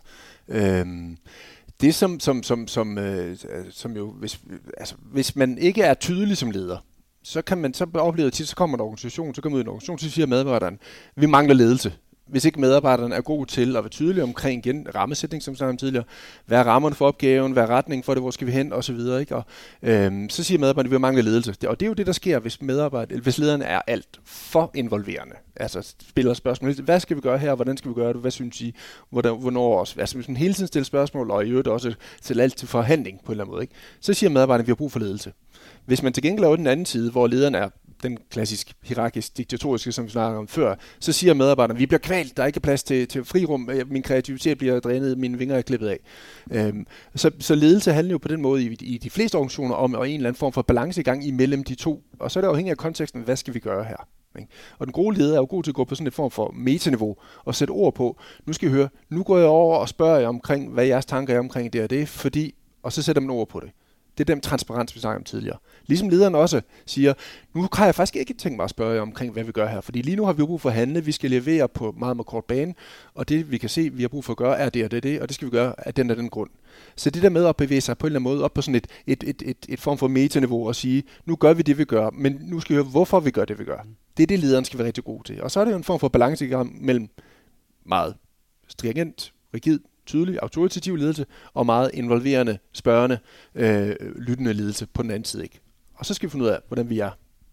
øhm, det som, som, som, som, øh, som jo, hvis, altså, hvis man ikke er tydelig som leder, så kan man så opleve tit, så kommer en organisation, så kommer ud en organisation, så siger medarbejderen, vi mangler ledelse. Hvis ikke medarbejderne er gode til at være tydelige omkring igen rammesætning, som snakkede om tidligere, hvad er rammerne for opgaven, hvad er retningen for det, hvor skal vi hen, og så videre, ikke? Og øhm, så siger medarbejderne, at vi mangler ledelse. Og det er jo det, der sker, hvis medarbejder, hvis lederen er alt for involverende. Altså spiller spørgsmål, hvad skal vi gøre her, hvordan skal vi gøre det, hvad synes I, hvordan, hvornår også. Altså hvis man hele tiden stiller spørgsmål, og i øvrigt også til alt til forhandling på en eller anden måde, ikke? Så siger medarbejderne, at vi har brug for ledelse. Hvis man til gengæld laver den anden side, hvor lederen er den klassisk hierarkisk diktatoriske, som vi snakkede om før, så siger medarbejderne, vi bliver kvalt, der er ikke plads til, til frirum, min kreativitet bliver drænet, mine vinger er klippet af. Øhm, så, så ledelse handler jo på den måde i, i de fleste organisationer om og en eller anden form for balance i gang imellem de to, og så er det afhængigt af konteksten, hvad skal vi gøre her? Ikke? Og den gode leder er jo god til at gå på sådan et form for metaniveau og sætte ord på, nu skal I høre, nu går jeg over og spørger jer omkring, hvad jeres tanker er omkring det og det, fordi, og så sætter man ord på det. Det er den transparens, vi snakkede om tidligere. Ligesom lederen også siger, nu har jeg faktisk ikke tænkt mig at spørge jer omkring, hvad vi gør her. Fordi lige nu har vi brug for at handle, vi skal levere på meget, meget kort bane, og det vi kan se, vi har brug for at gøre, er det og det og det, og det skal vi gøre af den og den grund. Så det der med at bevæge sig på en eller anden måde op på sådan et, et, et, et, et form for metaniveau og sige, nu gør vi det, vi gør, men nu skal vi høre, hvorfor vi gør det, vi gør. Det er det, lederen skal være rigtig god til. Og så er det jo en form for balance mellem meget stringent, rigid, tydelig, autoritativ ledelse, og meget involverende, spørgende, øh, lyttende ledelse på den anden side, ikke? Og så skal vi finde ud af, hvordan vi er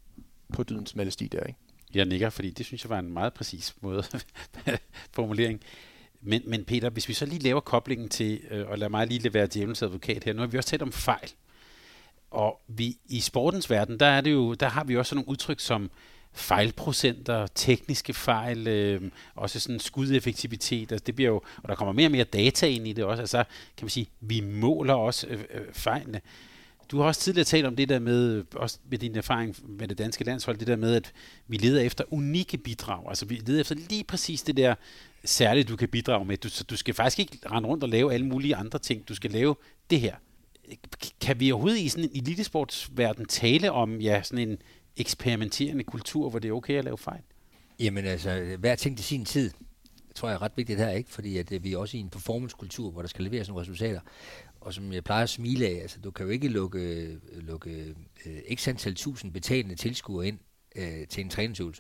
på dydens smalle sti der, ikke?
Jeg nikker, fordi det synes jeg var en meget præcis måde formulering. Men, men Peter, hvis vi så lige laver koblingen til, øh, og lad mig lige være djævelens advokat her, nu har vi også talt om fejl. Og vi i sportens verden, der er det jo, der har vi også sådan nogle udtryk som fejlprocenter, tekniske fejl, øh, også sådan skudeffektivitet, altså det bliver jo, og der kommer mere og mere data ind i det også, altså kan man sige, vi måler også øh, øh, fejlene. Du har også tidligere talt om det der med, også med din erfaring med det danske landshold, det der med, at vi leder efter unikke bidrag, altså vi leder efter lige præcis det der særligt, du kan bidrage med. Du, så du skal faktisk ikke rende rundt og lave alle mulige andre ting, du skal lave det her. Kan vi overhovedet i sådan en elitesportsverden tale om, ja, sådan en eksperimenterende kultur, hvor det er okay at lave fejl?
Jamen altså, hver ting til sin tid, tror jeg er ret vigtigt her, ikke? Fordi at vi er også i en performancekultur, hvor der skal leveres nogle resultater. Og som jeg plejer at smile af, altså du kan jo ikke lukke, lukke øh, x antal tusind betalende tilskuere ind øh, til en træningsøvelse.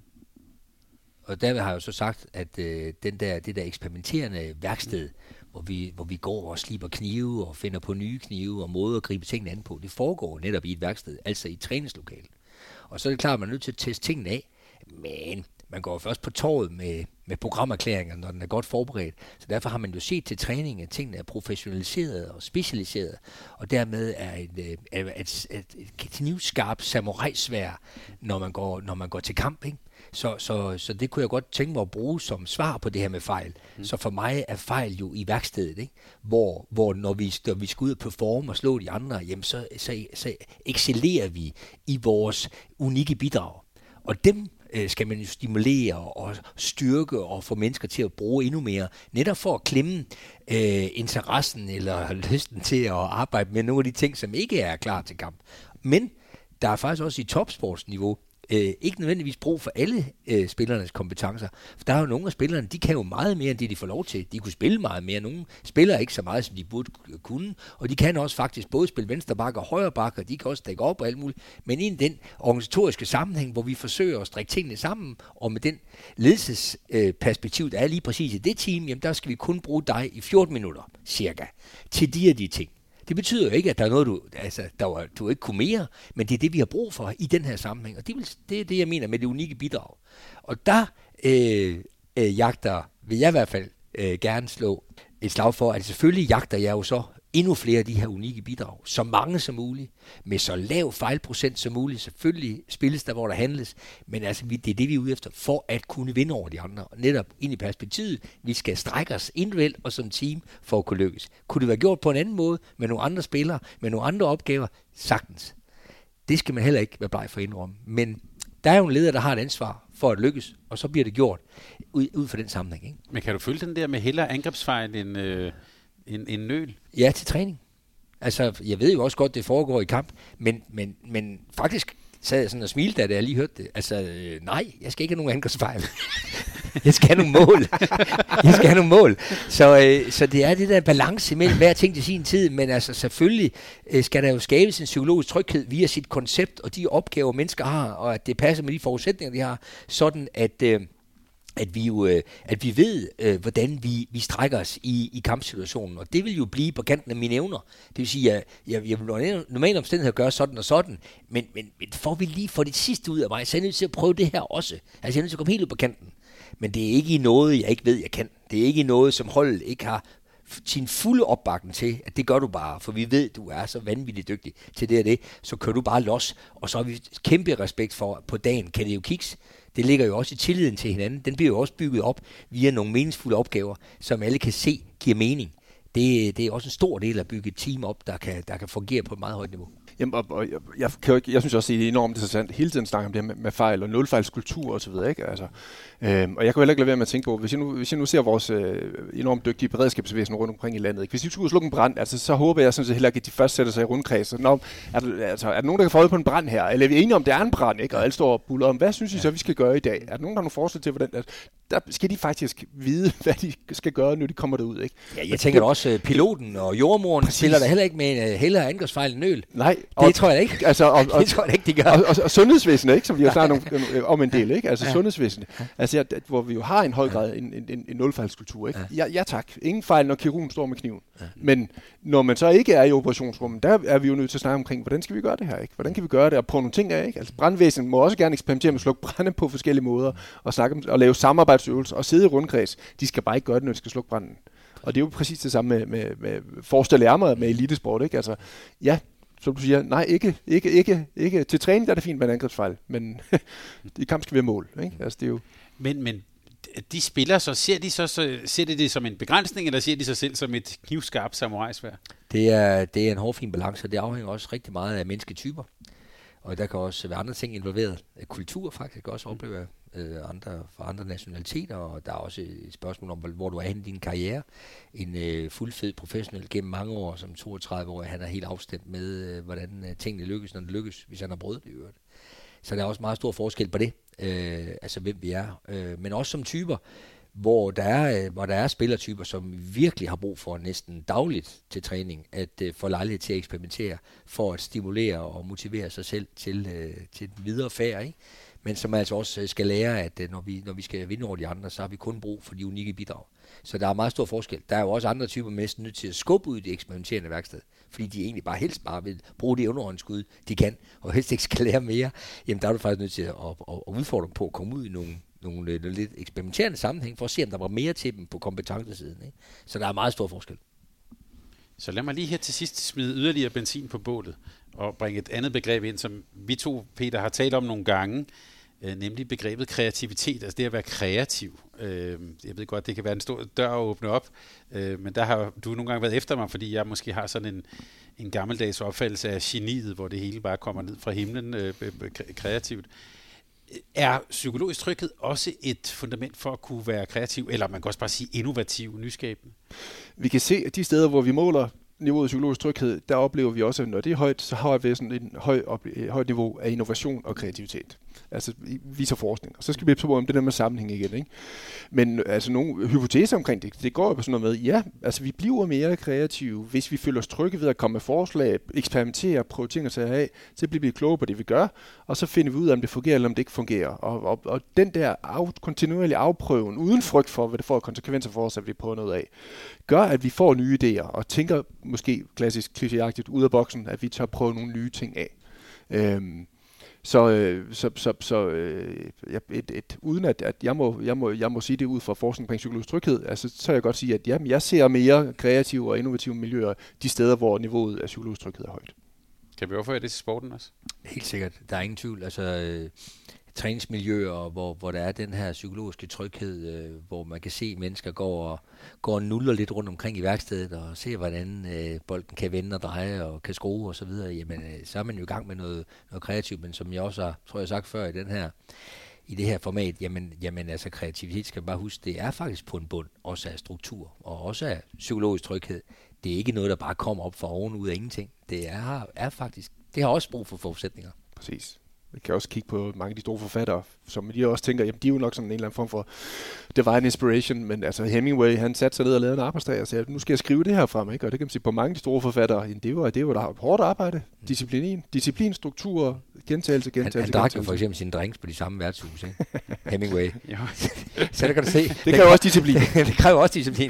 Og derved har jeg jo så sagt, at øh, den der, det der eksperimenterende værksted, hvor vi, hvor vi går og sliber knive og finder på nye knive og måder at gribe tingene an på, det foregår netop i et værksted, altså i et træningslokale. Og så er det klart, at man er nødt til at teste tingene af, men man går først på torvet med, med programerklæringer, når den er godt forberedt. Så derfor har man jo set til træning, at tingene er professionaliseret og specialiseret, og dermed er et, et, et, et, et knivskarpt samurai-sværd, når man går, når man går til kamp, ikke? Så, så, så det kunne jeg godt tænke mig at bruge som svar på det her med fejl. Mm. Så for mig er fejl jo i værkstedet, ikke? Hvor, hvor når, vi, når vi skal ud og performe og slå de andre, jamen så, så, så excellerer vi i vores unikke bidrag. Og dem øh, skal man jo stimulere og styrke og få mennesker til at bruge endnu mere, netop for at klemme øh, interessen eller lysten til at arbejde med nogle af de ting, som ikke er klar til kamp. Men der er faktisk også i topsportsniveau øh, ikke nødvendigvis brug for alle øh, spillernes kompetencer. For der er jo nogle af spillerne, de kan jo meget mere, end det de får lov til. De kunne spille meget mere. Nogle spiller ikke så meget, som de burde kunne. Og de kan også faktisk både spille venstre bakke og højre bakke, og de kan også dække op og alt muligt. Men i den organisatoriske sammenhæng, hvor vi forsøger at strikke tingene sammen, og med den ledelsesperspektiv, der er lige præcis i det team, jamen der skal vi kun bruge dig i fjorten minutter, cirka, til de og de ting. Det betyder jo ikke, at der er noget, du, altså, der var, du ikke kunne mere, men det er det, vi har brug for i den her sammenhæng. Og det, vil, det er det, jeg mener med det unikke bidrag. Og der øh, øh, jagter, vil jeg i hvert fald øh, gerne slå et slag for, at selvfølgelig jagter jeg jo så endnu flere af de her unikke bidrag, så mange som muligt, med så lav fejlprocent som muligt. Selvfølgelig spilles der, hvor der handles, men altså, det er det, vi er ude efter, for at kunne vinde over de andre. Og netop ind i perspektivet, vi skal strække os individuelt og som team for at kunne lykkes. Kunne det være gjort på en anden måde, med nogle andre spillere, med nogle andre opgaver? Sagtens. Det skal man heller ikke være bleg for at indrømme. Men der er jo en leder, der har et ansvar for at lykkes, og så bliver det gjort ud, ud fra den sammenhæng. Ikke?
Men kan du følge den der med hellere angrebsfejl end... Øh En, en nøl?
Ja, til træning. Altså, jeg ved jo også godt, det foregår i kamp, men, men, men faktisk sad jeg sådan og smilte, da jeg lige hørte det. Altså, øh, nej, jeg skal ikke have nogen angrebsfejl. Jeg skal have nogle mål. Jeg skal have nogle mål. Så, øh, så det er det der balance mellem hver ting til sin tid, men altså selvfølgelig øh, skal der jo skabes en psykologisk tryghed via sit koncept og de opgaver, mennesker har, og at det passer med de forudsætninger, de har, sådan at... Øh, at vi jo, øh, at vi ved, øh, hvordan vi, vi strækker os i, i kampsituationen. Og det vil jo blive på kanten af mine evner. Det vil sige, at jeg, jeg vil normalt omstændighed gøre sådan og sådan, men, men, men får vi lige få det sidste ud af mig, så er jeg nødt til at prøve det her også. Altså jeg er nødt til at komme helt ud på kanten. Men det er ikke i noget, jeg ikke ved, jeg kan. Det er ikke i noget, som holdet ikke har sin fulde opbakning til, at det gør du bare, for vi ved, du er så vanvittigt dygtig til det og det, så kører du bare los, og så har vi kæmpe respekt for, på dagen kan det jo kiks. Det ligger jo også i tilliden til hinanden. Den bliver jo også bygget op via nogle meningsfulde opgaver, som alle kan se giver mening. Det, det er også en stor del af at bygge et team op, der kan, der kan fungere på et meget højt niveau.
Jamen, og, og jeg, jeg, kan jo ikke, jeg synes også, det er enormt interessant hele tiden snakke om det med, med fejl og nulfejlskultur og så videre, ikke? Altså, øhm, og jeg kan heller ikke lade være med at tænke på, hvis jeg nu, hvis jeg nu ser vores øh, enormt dygtige beredskabsvæsen rundt omkring i landet, ikke? Hvis de skulle slukke en brand, altså, så håber jeg sådan set heller ikke, at de først sætter sig i rundkreds. Nå, er, der, altså, er der nogen, der kan få øje på en brand her? Eller er vi enige om, det er en brand, ikke? Og alle står og buller om, hvad synes I så, vi skal gøre i dag? Er der nogen, der har nogle forslag til, hvordan... Altså, der skal de faktisk vide, hvad de skal gøre, når de kommer derud, ikke?
Ja, jeg tænker det, også, uh, piloten og jordmoren præcis. Spiller der heller ikke med en uh, hellere angrebsfejl end nøl.
Nej.
Det og, tror jeg ikke.
Altså, og, og,
det tror jeg ikke, de gør.
Og, og, og sundhedsvæsenet, ikke? Som vi har snakket om en del, ikke? Altså ja. Sundhedsvæsenet. Altså, ja, hvor vi jo har en høj grad en, en, en nulfejlskultur, ikke? Ja. Ja, ja tak. Ingen fejl, når kirurgen står med kniven. Ja. Men når man så ikke er i operationsrummet, der er vi jo nødt til at snakke omkring, hvordan skal vi gøre det her, ikke? Hvordan kan vi gøre det og prøve nogle ting af, ikke? Altså, brandvæsenet må også gerne eksperimentere med at slukke brænde på forskellige måder og snakke om, og lave samarbejdsøvelser og sidde i rundkreds. De skal bare ikke gøre det, når de skal slukke branden. Og det er jo præcis det samme med, med, med forestil jer med, med elitesport, ikke? Altså, ja, som du siger, nej, ikke, ikke, ikke, ikke. Til træning der er det fint med en angrebsfejl, men i kamp skal vi have mål, ikke? Altså, det er jo...
Men, men de spillere, så ser de så, så ser de det som en begrænsning, eller ser de sig selv som et knivskarpt samurajsværd?
Det er, det er en hårfin balance, og det afhænger også rigtig meget af mennesketyper. Og der kan også være andre ting involveret. Kultur faktisk også oplever øh, andre, fra andre nationaliteter, og der er også et spørgsmål om, hvor du er henne i din karriere. En øh, fuldfed professionel gennem mange år, som toogtredive-årig, han er helt afstemt med, øh, hvordan øh, tingene lykkes, når det lykkes, hvis han har brød det i øvrigt. Så der er også meget stor forskel på det, øh, altså hvem vi er. Øh, men også som typer, hvor der er, hvor der er spillertyper, som virkelig har brug for næsten dagligt til træning, at uh, få lejlighed til at eksperimentere, for at stimulere og motivere sig selv til, uh, til den videre færd, ikke? Men som altså også skal lære, at uh, når, vi, når vi skal vinde over de andre, så har vi kun brug for de unikke bidrag. Så der er meget stor forskel. Der er jo også andre typer, næsten nødt til at skubbe ud i det eksperimenterende værksted, fordi de egentlig bare helst bare vil bruge det underhåndsskud, de kan, og helst ikke skal lære mere. Jamen der er du faktisk nødt til at, at, at udfordre dem på at komme ud i nogle nogle lidt eksperimenterende sammenhæng, for at se, om der var mere til dem på kompetencesiden, ikke? Så der er meget stor forskel.
Så lad mig lige her til sidst smide yderligere benzin på bålet, og bringe et andet begreb ind, som vi to, Peter, har talt om nogle gange, øh, nemlig begrebet kreativitet, altså det at være kreativ. Øh, jeg ved godt, det kan være en stor dør at åbne op, øh, men der har du nogle gange været efter mig, fordi jeg måske har sådan en, en gammeldags opfattelse af geniet, hvor det hele bare kommer ned fra himlen øh, kreativt. Er psykologisk tryghed også et fundament for at kunne være kreativ, eller man kan også bare sige innovativ, nyskabende?
Vi kan se, at de steder, hvor vi måler niveauet af psykologisk tryghed, der oplever vi også, at når det er højt, så har vi sådan en høj op, højt niveau af innovation og kreativitet. Altså, viser forskning. Og så skal vi på om det der med sammenhæng igen, ikke? Men altså, nogle hypoteser omkring det, det går jo på sådan noget med, ja, altså, vi bliver mere kreative, hvis vi føler os trygge ved at komme med forslag, eksperimentere, prøve ting at tage af, så bliver vi klogere på det, vi gør, og så finder vi ud af, om det fungerer, eller om det ikke fungerer. Og, og, og den der af, kontinuerlige afprøven, uden frygt for, hvad det får konsekvenser for os, at vi prøver noget af, gør, at vi får nye idéer, og tænker måske klassisk klichéagtigt ud af boksen, at vi tør prøve nogle nye ting af. Øhm, Så, så, så, så et, et, et, uden at, at jeg, må, jeg, må, jeg må sige det ud fra forskning omkring psykologisk tryghed, altså, så kan jeg godt sige, at jamen, jeg ser mere kreative og innovative miljøer de steder, hvor niveauet af psykologisk tryghed er højt.
Kan vi overføre det til sporten også?
Helt sikkert. Der er ingen tvivl. Altså, øh, træningsmiljøer, hvor, hvor der er den her psykologiske tryghed, øh, hvor man kan se, at mennesker går og, går og nuller lidt rundt omkring i værkstedet og ser, hvordan øh, bolden kan vende og dreje og kan skrue og så videre, jamen øh, så er man jo i gang med noget, noget kreativt, men som jeg også har, tror jeg, sagt før i den her i det her format, jamen, jamen altså kreativitet skal man bare huske, det er faktisk på en bund også af struktur og også af psykologisk tryghed. Det er ikke noget, der bare kommer op fra oven ud af ingenting. Det er, er faktisk, det har også brug for forudsætninger.
Præcis. Vi kan også kigge på mange af de store forfattere, som de også tænker, jamen de er jo nok sådan en eller anden form for divine inspiration, men altså Hemingway, han satte sig ned og lavede en arbejdsdag og sagde, nu skal jeg skrive det her frem, ikke? Og det kan man sige på mange af de store forfattere, jamen, det var det var der hårdt arbejde, disciplin, disciplin, struktur, gentagelse, gentagelse. Han,
han drak jo for eksempel sine drinks på de samme værtshus, ikke? Hemingway. Så det kan du se.
Det, det kræver også disciplin.
Det kræver også disciplin.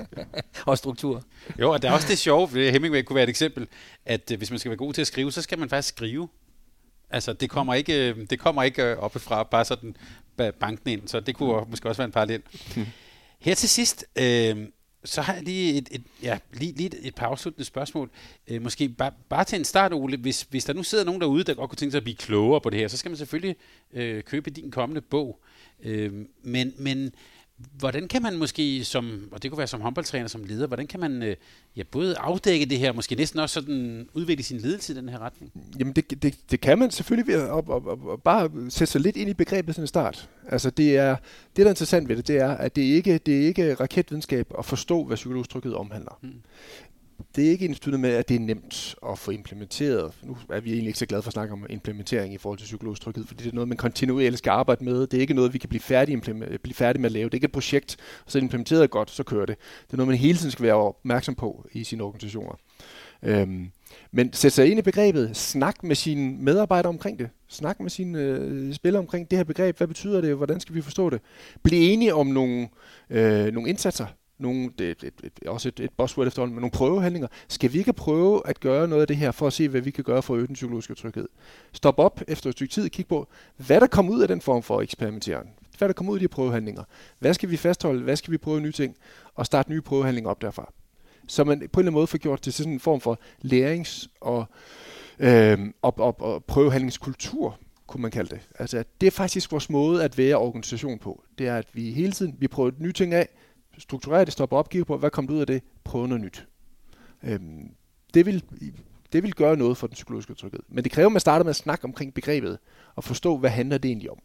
Og struktur.
Jo, og der er også det sjove, for Hemingway kunne være et eksempel, at hvis man skal være god til at skrive, så skal man faktisk skrive. Altså, det kommer ikke, det kommer ikke oppefra, bare sådan banken ind, så det kunne måske også være en parallel. Hmm. Her til sidst, øh, så har jeg lige et, et, ja, lige, lige et, et par afsluttende spørgsmål. Øh, måske bare, bare til en start, Ole, hvis, hvis der nu sidder nogen derude, der godt kunne tænke sig at blive klogere på det her, så skal man selvfølgelig øh, købe din kommende bog. Øh, men, men hvordan kan man måske som, og det kunne være som håndboldtræner, som leder, hvordan kan man øh, ja, både afdække det her, måske næsten også sådan udvikle sin ledelse i den her retning?
Jamen det, det, det kan man selvfølgelig ved at op, op, op, op, bare sætte sig lidt ind i begrebet sådan en start. Altså det er, det der er interessant ved det, det er, at det ikke det er ikke raketvidenskab at forstå, hvad psykologisk tryghed omhandler. Hmm. Det er ikke ensbetydende med, at det er nemt at få implementeret. Nu er vi egentlig ikke så glade for at snakke om implementering i forhold til psykologisk tryghed, fordi det er noget, man kontinuerligt skal arbejde med. Det er ikke noget, vi kan blive færdige, blive færdige med at lave. Det er ikke et projekt, så implementeret godt, så kører det. Det er noget, man hele tiden skal være opmærksom på i sine organisationer. Øhm, men sæt sig ind i begrebet. Snak med sine medarbejdere omkring det. Snak med sine øh, spillere omkring det her begreb. Hvad betyder det? Hvordan skal vi forstå det? Bliv enige om nogle, øh, nogle indsatser. Nogle, det, et, et, et, også et, et buzzword efterhånden, med nogle prøvehandlinger. Skal vi ikke prøve at gøre noget af det her, for at se, hvad vi kan gøre for at øge den psykologiske tryghed? Stop op efter et stykke tid og kig på, hvad der kommer ud af den form for eksperimentering. Hvad der kommer ud af de prøvehandlinger. Hvad skal vi fastholde? Hvad skal vi prøve nye ting? Og starte nye prøvehandlinger op derfra. Så man på en eller anden måde får gjort til sådan en form for lærings- og, øh, op, op, og prøvehandlingskultur, kunne man kalde det. Altså, det er faktisk vores måde at være organisation på. Det er, at vi hele tiden vi prøver nye ting af, strukturere det, stoppe op, kigge på, hvad kom ud af det, prøve noget nyt. Øhm, det, vil, det vil gøre noget for den psykologiske tryghed. Men det kræver, at man starter med at snakke omkring begrebet, og forstå, hvad handler det egentlig om.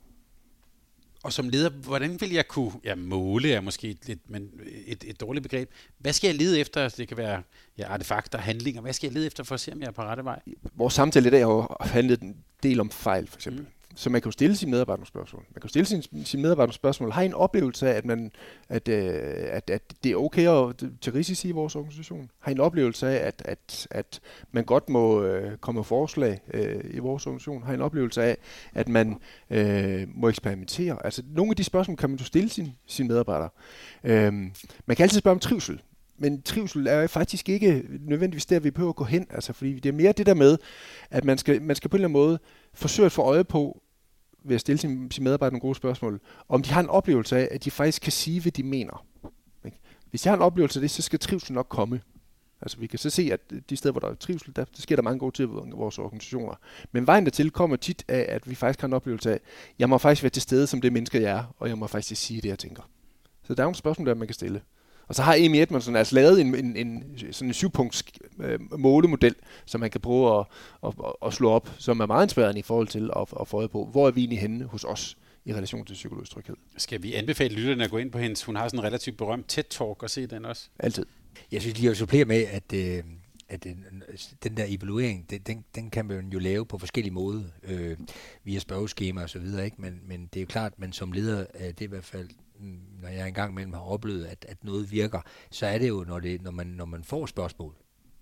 Og som leder, hvordan vil jeg kunne, ja, måle er måske lidt, men et, et dårligt begreb. Hvad skal jeg lede efter? Det kan være ja, artefakter, handlinger. Hvad skal jeg lede efter for at se, om jeg er på rette vej?
Vores samtale i dag har jo handlet en del om fejl, for eksempel. Mm. Så man kan jo stille sine medarbejdere spørgsmål. Man kan jo stille sine, sine medarbejdere spørgsmål. Har I en oplevelse af, at, man, at, at, at det er okay at tage risici i vores organisation? Har I en oplevelse af, at, at, at man godt må øh, komme med forslag øh, i vores organisation? Har I en oplevelse af, at man øh, må eksperimentere? Altså, nogle af de spørgsmål kan man jo stille sine, sine medarbejdere. Øh, man kan altid spørge om trivsel. Men trivsel er faktisk ikke nødvendigvis der, vi behøver at gå hen. Altså, fordi det er mere det der med, at man skal, man skal på en eller anden måde forsøge at få øje på, ved at stille sine, sine medarbejdere nogle gode spørgsmål, om de har en oplevelse af, at de faktisk kan sige, hvad de mener. Hvis de har en oplevelse af det, så skal trivsel nok komme. Altså vi kan så se, at de steder, hvor der er trivsel, der, der sker der mange gode ting i vores organisationer. Men vejen dertil kommer tit af, at vi faktisk har en oplevelse af, jeg må faktisk være til stede som det menneske, jeg er, og jeg må faktisk sige det, jeg tænker. Så der er nogle spørgsmål, der man kan stille. Og så har Amy Edmondson altså lavet en, en, en, sådan en syvpunkts øh, målemodel, som man kan prøve at, at, at, at slå op, som er meget inspirerende i forhold til at, at få øje på, hvor er vi egentlig henne hos os i relation til psykologisk tryghed.
Skal vi anbefale lytterne at gå ind på hendes, hun har sådan en relativt berømt TED-talk og se den også?
Altid.
Jeg synes lige at supplere med, at, øh, at den, den der evaluering, den, den, den kan man jo lave på forskellige måder, øh, via spørgeskema og så videre, ikke? Men, men det er jo klart, at man som leder, øh, det er i hvert fald, når jeg engang imellem har oplevet, at, at noget virker, så er det jo, når, det, når, man, når man får spørgsmål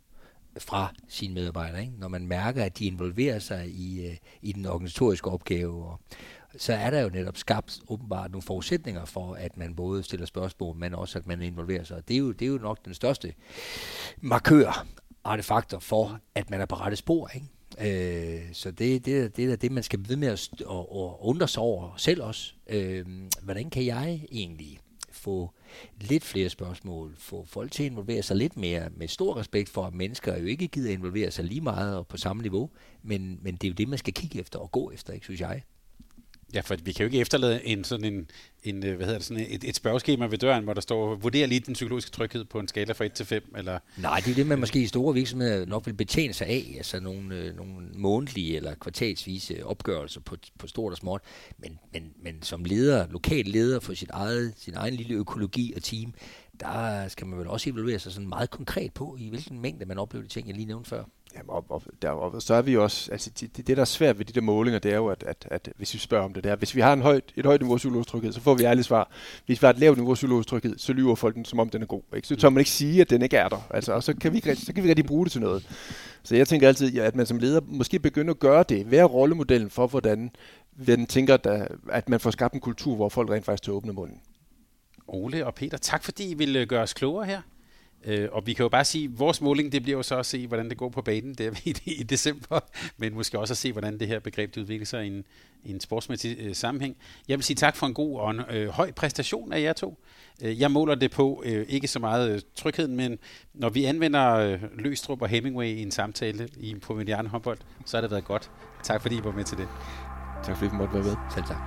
fra sine medarbejdere, ikke? Når man mærker, at de involverer sig i, i den organisatoriske opgave, og så er der jo netop skabt åbenbart nogle forudsætninger for, at man både stiller spørgsmål, men også at man involverer sig. Det er jo, det er jo nok den største markør, artefakter for, at man er på rette spor, ikke? Øh, så det, det, det er det, man skal ved med at st- og, og undre sig over selv også. Øh, hvordan kan jeg egentlig få lidt flere spørgsmål, få folk til at involvere sig lidt mere, med stor respekt for, at mennesker jo ikke gider involvere sig lige meget og på samme niveau, men, men det er jo det, man skal kigge efter og gå efter, ikke, synes jeg.
Ja, for vi kan jo ikke efterlade en sådan en, en hvad hedder det, sådan et, et spørgeskema ved døren, hvor der står, vurder lige den psykologiske tryghed på en skala fra et til fem, eller...
Nej, det er det, man måske i store virksomheder nok vil betjene sig af, altså nogle, øh, nogle månedlige eller kvartalsvise opgørelser på, på stort og småt, men, men, men som leder, lokal leder for sit eget, sin egen lille økologi og team, der skal man vel også evaluere sig sådan meget konkret på, i hvilken mængde man oplever de ting, jeg lige nævnte før.
Jamen, og, og, der, og så er vi også, altså det, det der er svært ved de der målinger, det er jo, at, at, at hvis vi spørger om det der, hvis vi har en højt, et højt niveau af psykologisk tryghed, så får vi ærligt svar. Hvis vi har et lavt niveau af psykologisk tryghed, så lyver folk den, som om den er god. Ikke? Så tør man ikke sige, at den ikke er der. Altså, og så kan, vi ikke, så kan vi rigtig bruge det til noget. Så jeg tænker altid, at man som leder måske begynder at gøre det, være rollemodellen for, hvordan den tænker, der, at man får skabt en kultur, hvor folk rent faktisk tør åbne munden.
Ole og Peter, tak fordi I ville gøre os klogere her. Øh, og vi kan jo bare sige, at vores måling, det bliver jo så at se, hvordan det går på banen der i, i december, men måske også at se, hvordan det her begreb det udvikler sig i en, i en sportsmæssig øh, sammenhæng. Jeg vil sige tak for en god og en øh, høj præstation af jer to. Øh, jeg måler det på øh, ikke så meget øh, trygheden, men når vi anvender øh, Løgstrup og Hemingway i en samtale i, på Mediano Håndbold, så har det været godt. Tak fordi I var med til det.
Tak fordi I måtte være med.
Selv tak.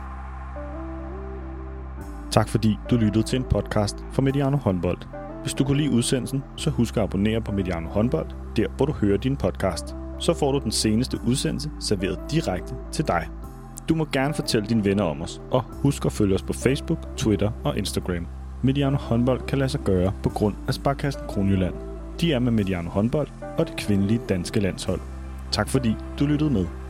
Tak fordi du lyttede til en podcast fra Mediano Håndbold. Hvis du kunne lide udsendelsen, så husk at abonnere på Mediano Håndbold, der hvor du hører din podcast. Så får du den seneste udsendelse serveret direkte til dig. Du må gerne fortælle dine venner om os, og husk at følge os på Facebook, Twitter og Instagram. Mediano Håndbold kan lade sig gøre på grund af Sparkassen Kronjylland. De er med Mediano Håndbold og det kvindelige danske landshold. Tak fordi du lyttede med.